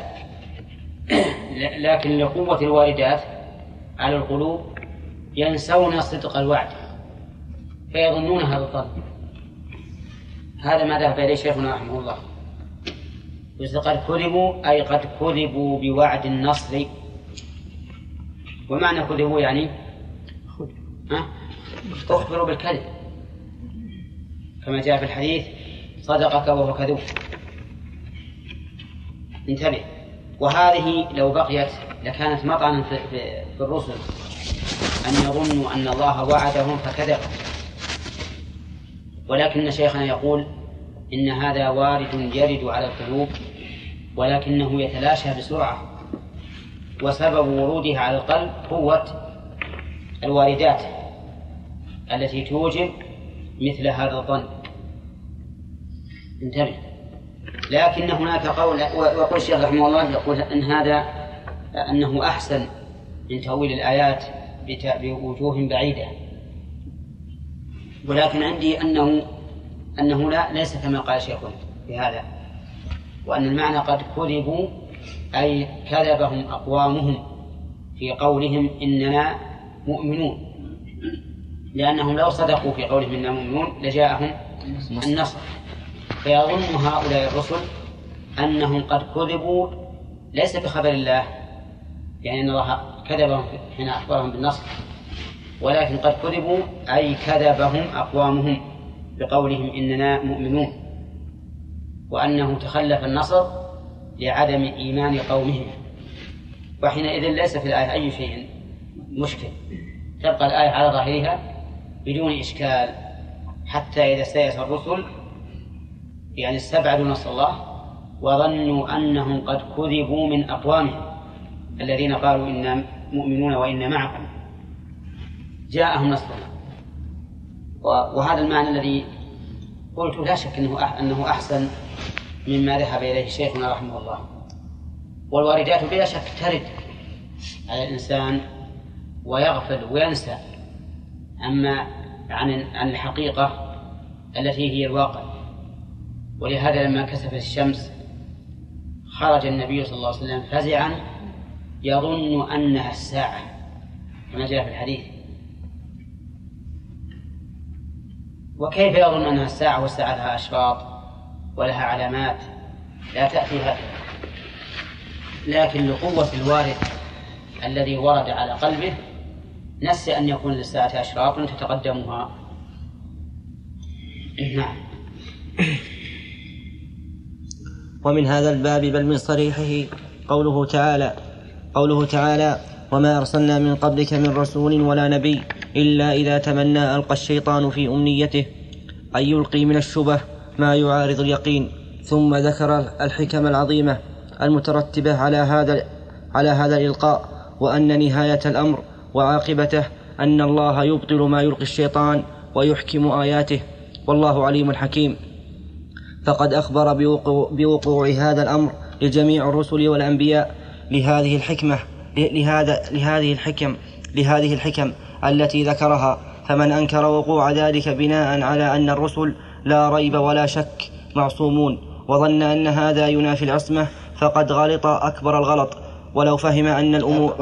لكن لقوة الواردات على القلوب ينسون صدق الوعد فيظنون هذا الظن. هذا ما ذهب إليه شيخنا رحمه الله. قد كذبوا أي قد كذبوا بوعد النصر. ومعنى كذبوا يعني أخبروا بالكذب كما جاء في الحديث: صدقك وهو كذوب. انتبه. وهذه لو بقيت لكانت مطعنا في, في, في الرسل أن يظنوا أن الله وعدهم فكذب، ولكن شيخنا يقول إن هذا وارد يرد على القلوب ولكنه يتلاشى بسرعة، وسبب وروده على القلب قوة الواردات التي توجب مثل هذا الظن. انتبه. لكن هناك قول، ويقول الشيخ رحمه الله يقول إن هذا أنه أحسن من تأويل الآيات بوجوه بعيدة، ولكن عندي أنه أنه لا ليس كما قال شيخنا في هذا، وأن المعنى قد كذبوا أي كذبهم أقوامهم في قولهم إننا مؤمنون، لأنهم لو صدقوا في قولهم إننا مؤمنون لجاءهم النصر. فيظن هؤلاء الرسل أنهم قد كذبوا ليس بخبر الله، يعني أن الله كذبهم حين أخبرهم بالنصر، ولكن قد كذبوا أي كذبهم أقوامهم بقولهم إننا مؤمنون، وأنه تخلف النصر لعدم إيمان قومهم. وحينئذ ليس في الآية أي شيء مشكل، تبقى الآية على ظاهرها بدون إشكال. حتى إذا استيأس الرسل يعني استبعدوا نصر الله وظنوا أنهم قد كذبوا من أقوامهم الذين قالوا إنا مؤمنون وإنا معكم جاءهم نصرنا. وهذا المعنى الذي قلت لا شك أنه أنه أحسن مما ذهب إليه شيخنا رحمه الله. والواردات بلا شك ترد على الإنسان ويغفل وينسى أما عن عن الحقيقة التي هي الواقع. ولهذا لما كسفت الشمس خرج النبي صلى الله عليه وسلم فزعا يظن أنها الساعة كما جاء في الحديث. وكيف يظن أنها الساعة والساعة لها أشراط ولها علامات لا تأتي هكذا؟ لكن لقوة الوارد الذي ورد على قلبه نسي أن يكون للساعة أشراط تتقدمها. نعم. ومن هذا الباب بل من صريحه قوله تعالى قوله تعالى وما أرسلنا من قبلك من رسول ولا نبي إلا إذا تمنى ألقى الشيطان في أمنيته أن يلقي من الشبه ما يعارض اليقين. ثم ذكر الحكم العظيمة المترتبة على هذا على هذا الإلقاء، وأن نهاية الأمر وعاقبته أن الله يبطل ما يلقي الشيطان ويحكم آياته، والله عليم حكيم. فقد أخبر بوقوع, بوقوع هذا الأمر لجميع الرسل والأنبياء لهذه الحكمة لهذا لهذه الحكم لهذه الحكم التي ذكرها. فمن أنكر وقوع ذلك بناء على أن الرسل لا ريب ولا شك معصومون وظن أن هذا ينافي العصمة فقد غلط أكبر الغلط. ولو فهم أن الأمور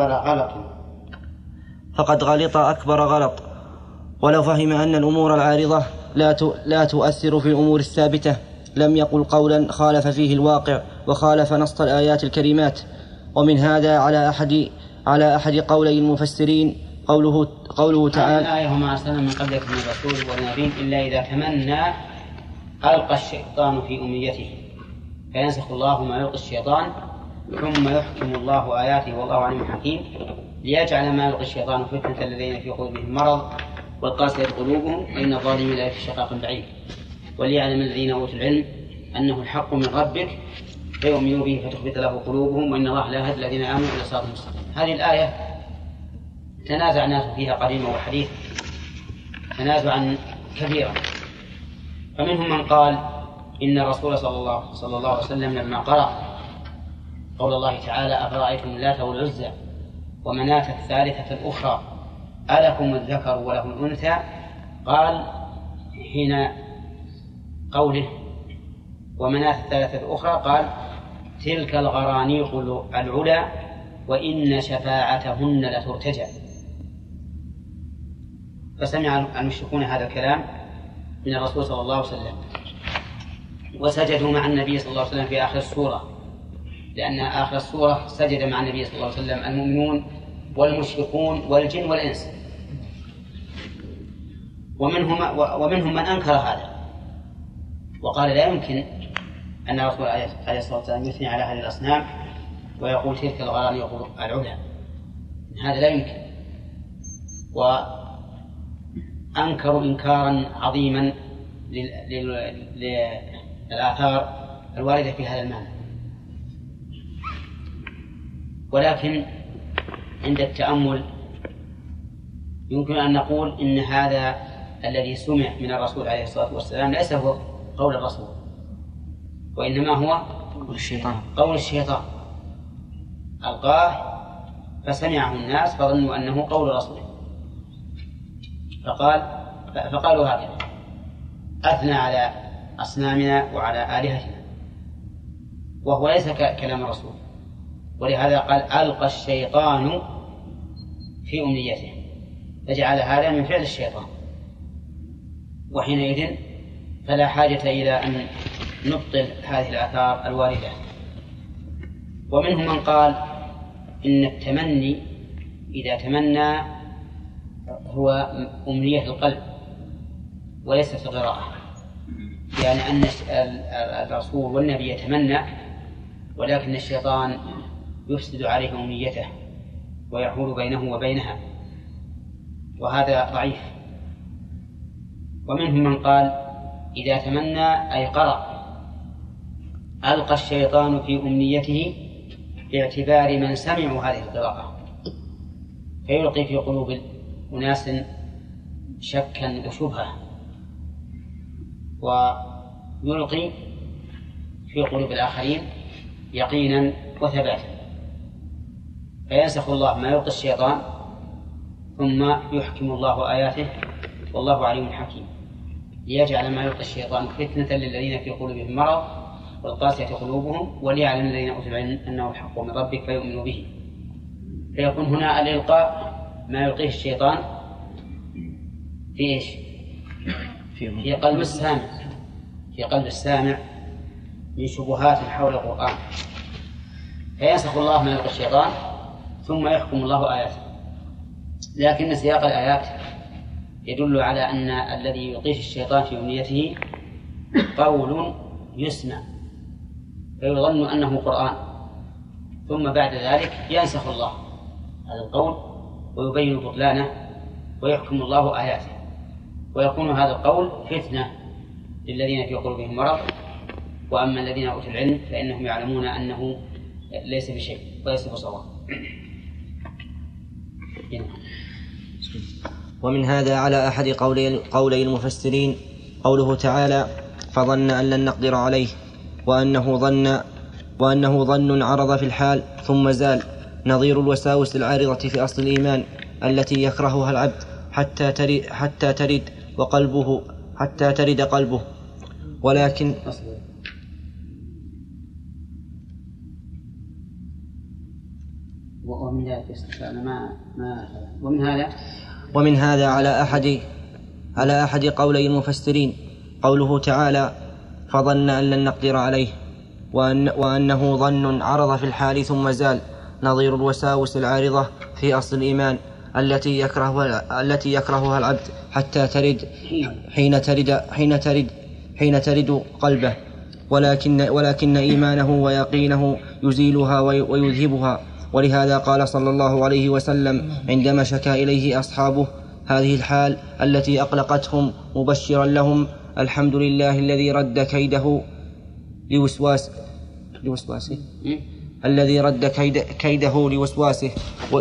فقد غلط أكبر غلط ولو فهم أن الأمور العارضة لا لا تؤثر في الأمور الثابتة لم يقل قولا خالف فيه الواقع وخالف نص الآيات الكريمات. ومن هذا على أحد على أحد قولي المفسرين قوله قوله تعالى: الآية وما أرسلنا من قبلك من رسول ولا نبي إلا إذا تمنى ألقى الشيطان في أمنيته فينسخ الله ما يلقي الشيطان ثم يحكم الله آياته والله عليم حكيم، ليجعل ما يلقي الشيطان فتنة الذين في قلوبهم مرض والقاسية قلوبهم وإن الظالمين لفي شقاق بعيد، وليعلم الذين أوتوا العلم أنه الحق من ربك فيؤمنوا به فتخبت له قلوبهم وإن الله لا يهدي الذين آمنوا إلى صراط مستقيم. هذه الآية تنازع الناس فيها قديما وحديث تنازعا كبيرا، فمنهم من قال إن الرسول صلى الله, صلى الله عليه وسلم لما قرأ قول الله تعالى: أفرأيتم اللات والعزى ومناة الثالثة الأخرى ألكم الذكر وله الأنثى، قال حين قوله ومناة الثالثة الأخرى قال: تلك الغرانيق العلا وإن شفاعتهن لترتجى. فسمع المشركون هذا الكلام من الرسول صلى الله عليه وسلم وسجدوا مع النبي صلى الله عليه وسلم في آخر السورة، لأن آخر السورة سجد مع النبي صلى الله عليه وسلم المؤمنون والمشركون والجن والإنس. ومنهم, ومنهم من أنكر هذا وقال لا يمكن أن الرسول عليه الصلاة والسلام يثني على هذه الأصنام ويقول تلك الغرانيق العلا، هذا لا يمكن. وأنكروا إنكارا عظيما للآثار الواردة في هذا المعنى. ولكن عند التأمل يمكن أن نقول إن هذا الذي سمع من الرسول عليه الصلاة والسلام ليس هو قول الرسول، وإنما هو الشيطان. قول الشيطان ألقاه فسمعه الناس فظنوا أنه قول الرسول فقال فقالوا هكذا، أثنى على أصنامنا وعلى آلهتنا، وهو ليس كلام الرسول. ولهذا قال: ألقى الشيطان في أمنيته، فجعل هذا من فعل الشيطان، وحينئذ فلا حاجة إلى أن نبطل هذه الآثار الواردة. ومنهم من قال إن التمني إذا تمنى هو أمنية القلب وليست القراءة، يعني أن الرسول والنبي يتمنى ولكن الشيطان يفسد عليه أمنيته ويحول بينه وبينها، وهذا ضعيف. ومنهم من قال إذا تمنى أي قرأ ألقى الشيطان في أمنيته باعتبار من سمعوا هذه القراءة، فيلقي في قلوب أناس شكا وشبهة، ويلقي في قلوب الآخرين يقينا وثباتا، فينسخ الله ما يلقي الشيطان ثم يحكم الله آياته والله عليم حكيم، ليجعل ما يلقي الشيطان فتنة للذين في قلوبهم مرض والقاسية قلوبهم وليعلم الذين أوتوا العلم أنه الحق من ربك فيؤمنوا به. فيكون هنا الإلقاء ما يلقيه الشيطان في إيش؟ في قلب السامع، في قلب السامع من شبهات حول القرآن، فينسخ الله ما يلقي الشيطان ثم يحكم الله آياته. لكن سياق الآيات يدل على أن الذي يلقيه الشيطان في أمنيته قول يسمع فيظن أنه قرآن، ثم بعد ذلك ينسخ الله هذا القول ويبين بطلانه ويحكم الله آياته، ويكون هذا القول فتنة للذين في قلوبهم مرض. وأما الذين أوتوا العلم فإنهم يعلمون أنه ليس بشيء وليس بصواب. ومن هذا على أحد قولي, قولي المفسرين قوله تعالى فظن أن لن نقدر عليه، وأنه ظن وأنه ظن عرض في الحال ثم زال، نظير الوساوس العارضة في أصل الإيمان التي يكرهها العبد حتى ترد, حتى ترد وقلبه حتى ترد قلبه. ولكن ومن ذلك ما ما ومن هذا ومن هذا على أحد على أحد قولي المفسرين قوله تعالى فظن أن لن نقدر عليه، وأن وأنه ظن عرض في الحال ثم زال، نظير الوساوس العارضة في أصل الإيمان التي يكرهها التي يكرهها العبد حتى ترد حين ترد حين ترد حين ترد قلبه. ولكن ولكن إيمانه ويقينه يزيلها ويذهبها. ولهذا قال صلى الله عليه وسلم عندما شكا إليه أصحابه هذه الحال التي أقلقتهم مبشرا لهم الحمد لله الذي رد كيده لوسواس لوسواسه الذي رد كيد كيده لوسواسه و...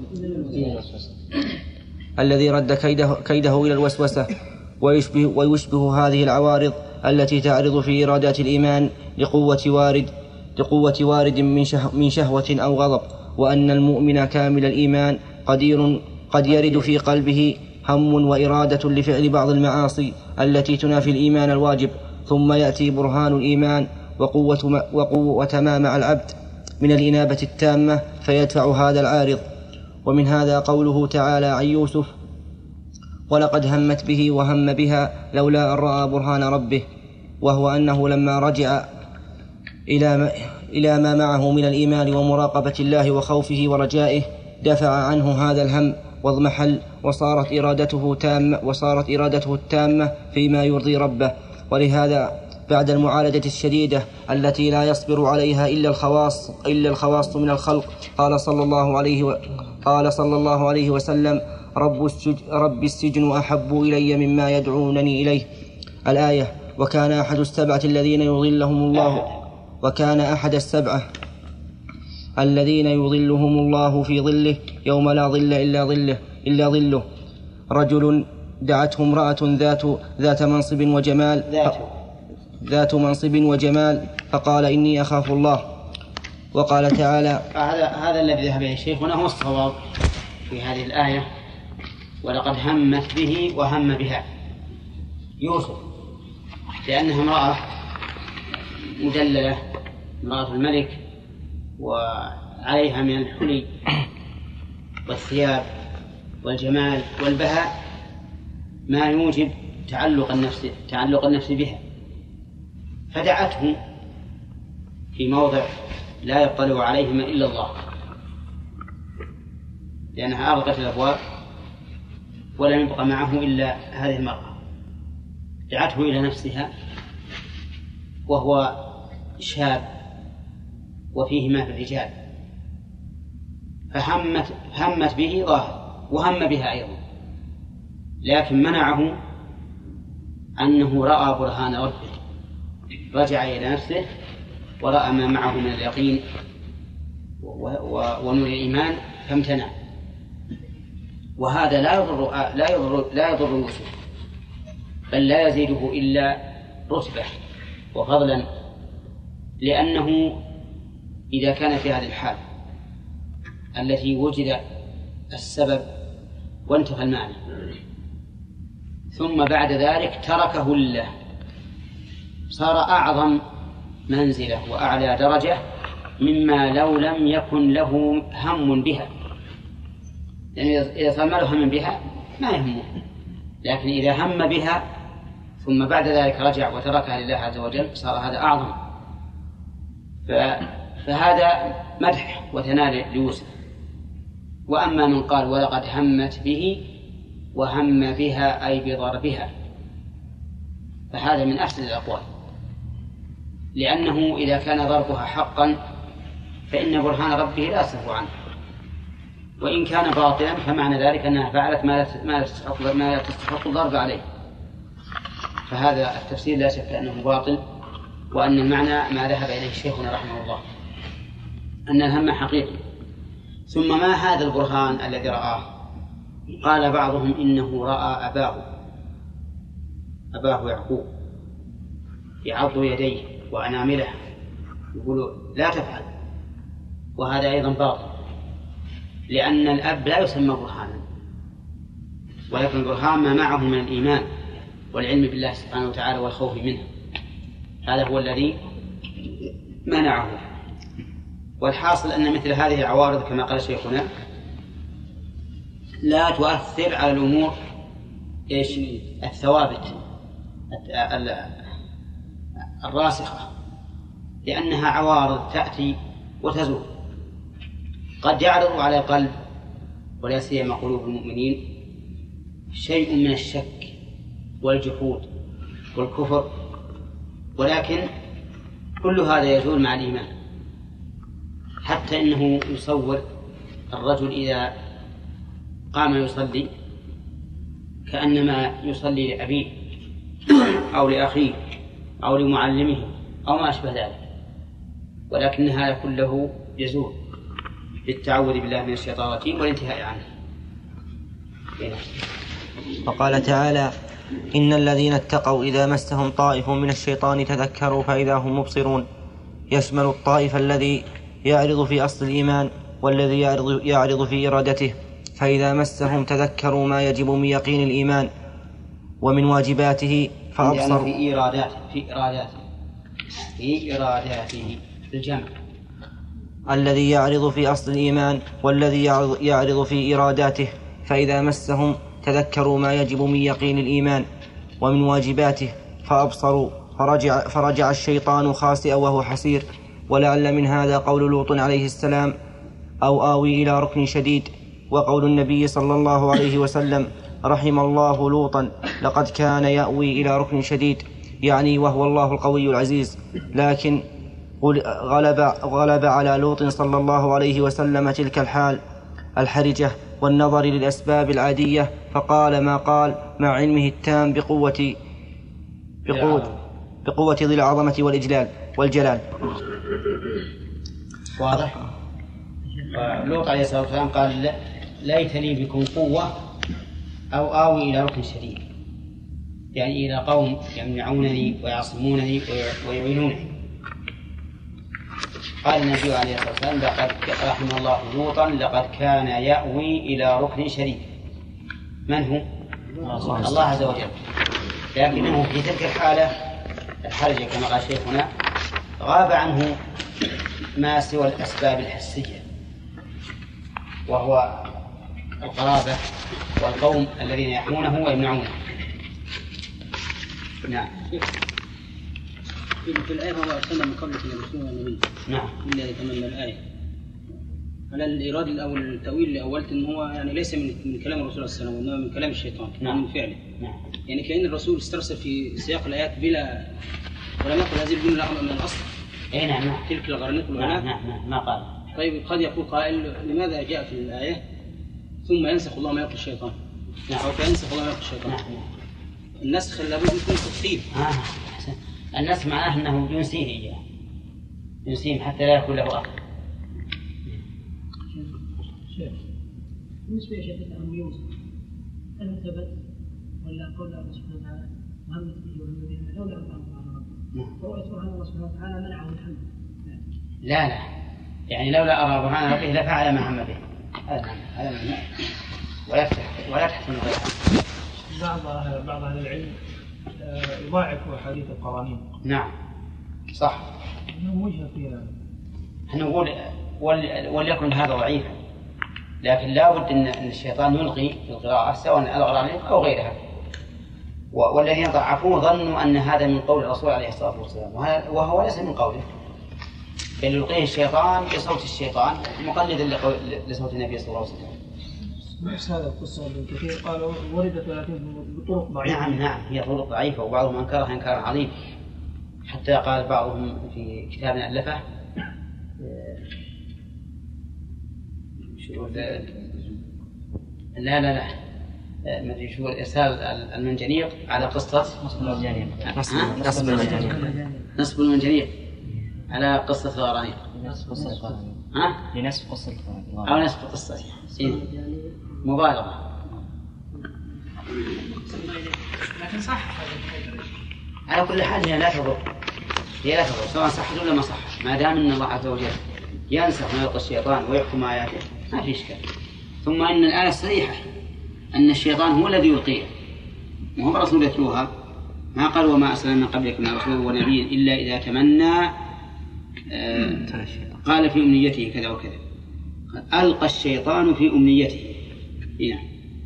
الذي رد كيده, كيده إلى الوسوسة، ويشبه, ويشبه هذه العوارض التي تعرض في إرادات الإيمان لقوة وارد لقوة وارد من, شه من شهوة أو غضب، وأن المؤمن كامل الإيمان قدير قد يرد في قلبه هم وإرادة لفعل بعض المعاصي التي تنافي الإيمان الواجب، ثم يأتي برهان الإيمان وقوة, وقوة ما مع العبد من الإنابة التامة فيدفع هذا العارض. ومن هذا قوله تعالى عن يوسف ولقد همت به وهم بها لولا أن رأى برهان ربه، وهو أنه لما رجع إلى ما, إلى ما معه من الإيمان ومراقبة الله وخوفه ورجائه دفع عنه هذا الهم واضمحل، وصارت إرادته تامة وصارت إرادته التامة فيما يرضي ربه. ولهذا بعد المعالجة الشديدة التي لا يصبر عليها إلا الخواص إلا الخواص من الخلق قال صلى الله عليه و... قال صلى الله عليه وسلم رب السجن, رب السجن أحب إلي مما يدعونني إليه الآية. وكان أحد السبعة الذين يظلهم الله وكان أحد السبعة الذين يظلهم الله في ظله يوم لا ظل إلا ظله إلا ظله رجل دعته امرأة ذات ذات منصب وجمال ف... ذات منصب وجمال فقال إني أخاف الله. وقال تعالى هذا هذا الذي ذهب إليه الشيخ هنا هو الصواب في هذه الآية ولقد همت به وهم بها يوسف، لأنها امرأة مدللة امرأة الملك وعليها من الحلي والثياب والجمال والبهاء ما يوجب تعلق النفس تعلق النفس بها، فدعته في موضع لا يطلع عليهما إلا الله، لأنها أغلقت الأبواب ولم يبقى معه إلا هذه المرأة، دعته إلى نفسها وهو شاب وفيه ما في الرجال، فهمت همت به ظاهر وهم بها أيضا، لكن منعه أنه رأى برهان ربه، رجع إلى نفسه ورأى ما معه من اليقين ونور الإيمان فامتنع. وهذا لا يضر لا يضر لا يضر يوسف، بل لا يزيده إلا رتبة وفضلا، لأنه إذا كان في هذه الحال التي وجد السبب وانتفى المعنى ثم بعد ذلك تركه لله صار أعظم منزلة وأعلى درجة مما لو لم يكن له هم بها، يعني إذا صار ما له هم بها ما يهمه، لكن إذا هم بها ثم بعد ذلك رجع وتركها لله عز وجل صار هذا أعظم. فهذا مدح وثناء ليوسف. وأما من قال ولقد همت به وهم بها أي بضربها فهذا من أحسن الأقوال، لأنه إذا كان ضربها حقا فإن برهان ربه لا يصرف عنه، وإن كان باطلا فمعنى ذلك أنها فعلت ما لا تستحق الضرب عليه، فهذا التفسير لا شك أنه باطل، وأن المعنى ما ذهب إليه شيخنا رحمه الله. أن الهم حقيقي. ثم ما هذا البرهان الذي رآه؟ قال بعضهم إنه رأى أباه أباه يعقوب يعض يديه وأنامله، يقولوا لا تفعل، وهذا أيضا باطل، لأن الأب لا يسمى برهانا، ولكن البرهان ما معه من الإيمان والعلم بالله سبحانه وتعالى والخوف منه، هذا هو الذي منعه. والحاصل أن مثل هذه العوارض كما قال شيخنا لا تؤثر على الأمور إيش الثوابت الراسخة، لأنها عوارض تأتي وتزول. قد يعرض على القلب ولا سيما قلوب المؤمنين شيء من الشك والجحود والكفر، ولكن كل هذا يزول مع الإيمان. حتى إنه يصور الرجل إذا قام يصلي كأنما يصلي لأبيه أو لأخيه أو لمعلمه أو ما أشبه ذلك، ولكن هذا كله يزول بالتعوذ بالله من الشيطان الرجيم والانتهاء عنه. وقال تعالى: إن الذين اتقوا إذا مسهم طائف من الشيطان تذكروا فإذا هم مبصرون، يشمل الطائف الذي يعرض في أصل الإيمان والذي يعرض, يعرض في إرادته، فإذا مسهم تذكروا ما يجب من يقين الإيمان ومن واجباته فأبصروا. في إراداته في إراداته في إراداته الجمع، الذي يعرض في أصل الإيمان والذي يعرض, يعرض في إراداته، فإذا مسهم تذكروا ما يجب من يقين الإيمان ومن واجباته فأبصروا، فرجع, فرجع الشيطان خاسئا وهو حسير. ولعل من هذا قول لوط عليه السلام: أو آوي إلى ركن شديد، وقول النبي صلى الله عليه وسلم: رحم الله لوطا لقد كان يأوي إلى ركن شديد، يعني وهو الله القوي العزيز. لكن غلب, غلب على لوط صلى الله عليه وسلم تلك الحال الحرجة والنظر للأسباب العادية، فقال ما قال مع علمه التام بقوة بقوة, بقوة ذي العظمة والإجلال والجلال. واضح؟ لوط عليه الصلاة والسلام قال: ليت لي بكم قوة أو آوي إلى ركن شديد، يعني إلى قوم يمنعونني ويعصمونني ويعينونني. قال النبي عليه الصلاة والسلام: لقد رحم الله لوطا لقد كان يأوي إلى ركن شديد. من هو؟ الله عز وجل. لكنه في تلك الحالة الحرجة كما قال شيخنا غاب عنه ما سوى الأسباب الحسية، وهو القرابة والقوم الذين يحمونه ويمنعونه. نعم. في الآية هو أرسلنا من قبلك إلى رسول النبي. نعم. إلا يتمنى الآية على الإرادة أو التأويل اللي أولت إن هو يعني ليس من من كلام الرسول صلى الله عليه وسلم، وإنما من كلام الشيطان. نعم. من فعله. نعم. يعني كأن الرسول استرسل في سياق الآيات بلا ولم يقل هذه الجملة من الأصل. أي نعم. تلك الغرنيق والعناء. نعم نعم ما قال. طيب قد يقول قائل: لماذا جاء في الآية ثم ينسخ الله ما يقول الشيطان؟ نعم. أو فينسخ الله ما يقول الشيطان. نعم. النسخ لابد يكون تفصيل. آه. النسخ معناه أنه ينسيه إياه، ينسيه حتى لا يكون له أخر. شيخ بالنسبة لشيخ الأمر يوسف هل ثبت ولا قول الله سبحانه وتعالى وهمت به وهم بها لولا أن الله ربه سبحانه الله سبحانه وتعالى منعه الحمد؟ لا لا يعني لولا أرى برهان ربه لفعل ما هم به، هذا ممنوع ولا ولا تحسن غيرها. بعض بعض أهل العلم يضاعف حديث القرانين. نعم صح. إنه وجه فيها. احنا نقول وليكن هذا ضعيفا، لكن لا بد ان الشيطان يلغي القراءة سواء القرانين او غيرها. والذين ضعفوه ظنوا ان هذا من قول الرسول عليه الصلاة والسلام، وهو ليس من قوله، بل يلقيه الشيطان بصوت الشيطان مقلدا لصوت النبي صلى الله عليه وسلم. نفس هذا القصة ابن كثير قالوا وردت ولكن بطرق ضعيفة. نعم نعم هي طرق ضعيفة، وبعضهم أنكرها إنكارا عظيما، حتى قال بعضهم في كتاب ألفه لا لا لا ما ادري شو إرسال المنجنيق على قصة نصب المنجنيق نصب المنجنيق على قصة الغرانيق. ها؟ لنسف قصة أو نسف قصة إيه؟ مبالغة. لكن صح على كل حال هي لا تضر، هي لا تضر سواء صح ولا ما صح، ما دام أن الله عز وجل ينسخ ما يلقى الشيطان ويحكم آياته ما في إشكال. ثم أن الآية صريحة أن الشيطان هو الذي يلقيها وهو رسول يتلوها، ما قال وما أرسلنا قبلك من رسول ونبي إلا إذا تمنى آه قال في أمنيته كذا وكذا، ألقى الشيطان في أمنيته. هنا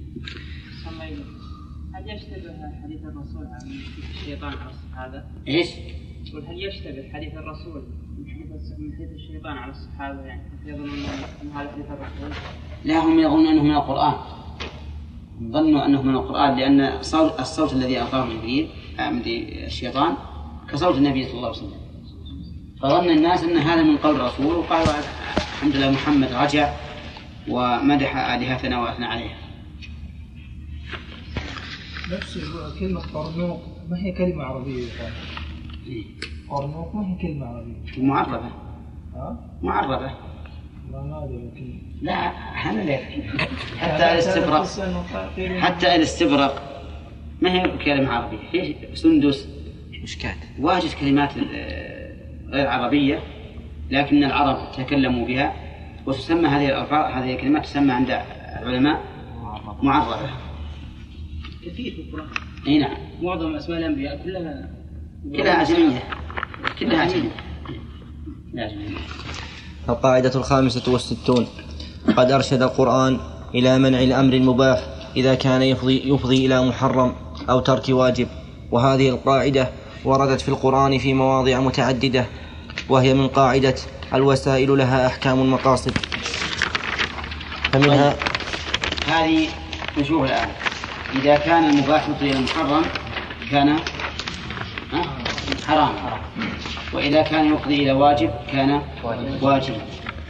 هل يشتبه حديث الرسول عن الشيطان على الصحابة؟ إيش؟ هل يشتبه حديث الرسول من حديث الشيطان على الصحابة، يعني يظنون أن هذا حديث الرسول؟ لا، هم يظنون أنه من القرآن، ظنوا أنه من القرآن لأن الصوت الذي ألقاه جبريل من الشيطان كصوت النبي صلى الله عليه وسلم، فظن الناس أن هذا من قول الرسول وقالوا الحمد لله محمد رجع ومدح آلهتنا وأثنى عليها. نفس كلمة قرنوق ما هي كلمة عربية؟ قرنوق ما هي كلمة عربية؟ معربة. ها؟ معربة. لا أنا لا حتى الاستبرق حتى الاستبرق ما هي كلمة عربية، هي سندس مشكات واجد كلمات غير عربية لكن العرب تكلموا بها وتسمى هذه الألفاظ هذه الكلمات تسمى عند العلماء معربة. كثير في القرآن. أي نعم. معظم أسماء الأنبياء كلها كلها عجمية كلها عجمية. القاعدة الخامسة والستون: قد أرشد القرآن إلى منع الأمر المباح إذا كان يفضي, يفضي إلى محرم أو ترك واجب، وهذه القاعدة وردت في القرآن في مواضع متعددة، وهي من قاعدة الوسائل لها أحكام المقاصد. فمنها هذه نشوف الآن إذا كان المباح يفضي إلى المحرم كان حرام، وإذا كان يقضي إلى واجب كان واجبا،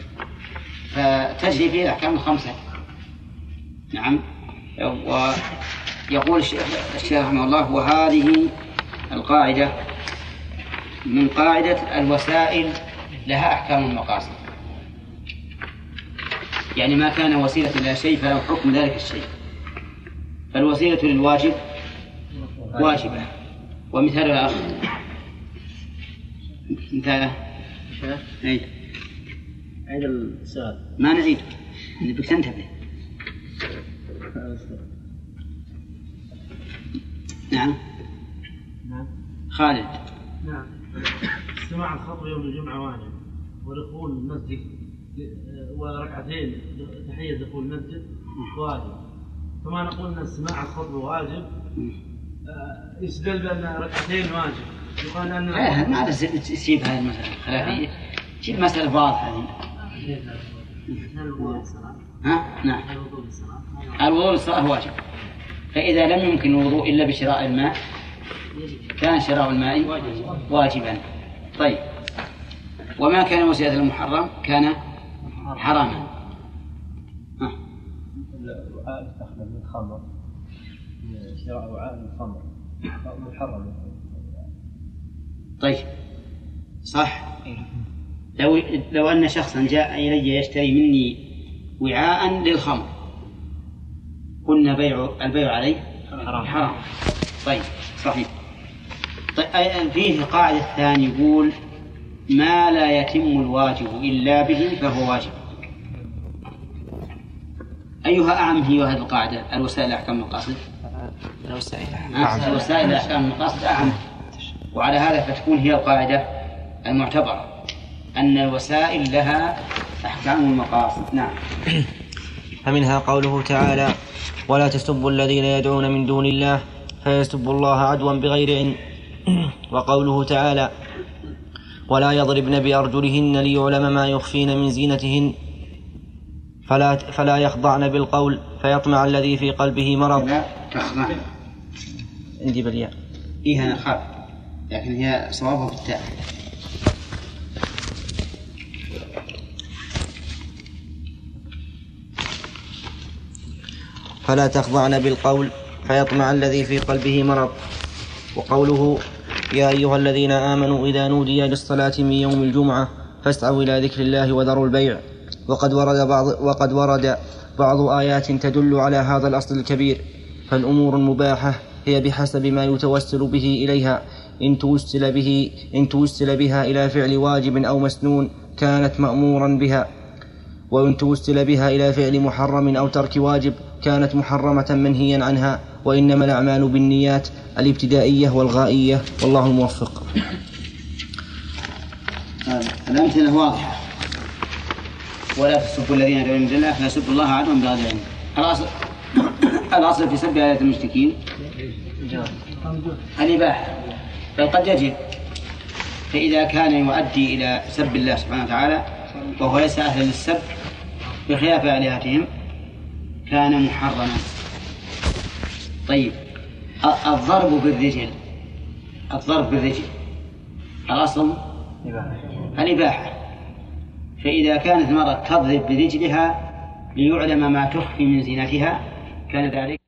فتجري فيه الأحكام الخمسة. نعم. ويقول الشيخ رحمه الله: وهذه القاعدة من قاعدة الوسائل لها أحكام المقاصد، يعني ما كان وسيلة إلى شيء فله حكم ذلك الشيء، فالوسيلة للواجب واجبة. ومثالها آخر مثاله أي عيد السؤال ما نعيد نبيك تنتبه. نعم نعم خالد. نعم. استماع الخطبة يوم الجمعة واجب، ودخول المسجد وركعتين تحية دخول المسجد واجب، كما نقول أن استماع الخطبة واجب يستدل بأن ركعتين واجب، يقال أن لا ما تسيب هذه المسألة خلافية، جيب مسألة واضحة هذه. ها؟ نعم. الوضوء للصلاة واجب، فإذا لم يمكن الوضوء إلا بشراء الماء كان شراء الماء واجبا. طيب، وما كان وسيلة المحرم كان حراما. وعاء يستخدم من الخمر، شراء وعاء من الخمر محرم. طيب صح. لو لو أن شخصا جاء إلي يشتري مني وعاء للخمر قلنا بيع البيع عليه حرام. حرام. طيب صحيح. طيب فيه القاعدة الثانية يقول: ما لا يتم الواجب إلا به فهو واجب. أيها أعم هي هذه القاعدة؟ الوسائل أحكام المقاصد. الوسائل أحكام المقاصد أعم، وعلى هذا فتكون هي القاعدة المعتبرة أن الوسائل لها أحكام المقاصد. نعم. فمنها قوله تعالى: ولا تسبوا الذين يدعون من دون الله فيسبوا الله عدوا بغير علم. وقوله تعالى: ولا يضربن بأرجلهن ليعلم ما يخفين من زينتهن فلا, فلا يخضعن بالقول فيطمع الذي في قلبه مرض. لا تخضعن عندي بالياء. إيه أنا خاف لكن هي صوابها في التاء. فلا تخضعن بالقول فيطمع الذي في قلبه مرض. وقوله: يا أيها الذين آمنوا إذا نودي للصلاة من يوم الجمعة فاسعوا إلى ذكر الله وذروا البيع. وقد ورد بعض, وقد ورد بعض آيات تدل على هذا الأصل الكبير. فالأمور المباحة هي بحسب ما يتوسل به إليها، إن توسل, به إن توسل بها إلى فعل واجب أو مسنون كانت مأمورا بها، وإن توسل بها إلى فعل محرم أو ترك واجب كانت محرمة منهيا عنها. وإنما الأعمال بالنيات الابتدائية والغائية، والله الموفق. الأمثلة واضحة. ولا تسبوا الذين يدعون من دون الله فيسبوا الله عدوا بغير علم. الأصل الأصل في سب آيات المشركين الإباحة، بل قد يجب. فإذا كان يؤدي إلى سب الله سبحانه وتعالى وهو ليس أهلا للسب بخلاف آلهتهم كان محرما. طيب، الضرب بالرجل الضرب بالرجل الأصل الإباحة. فإذا كانت المرأة تضرب برجلها ليعلم ما تخفي من زينتها كان ذلك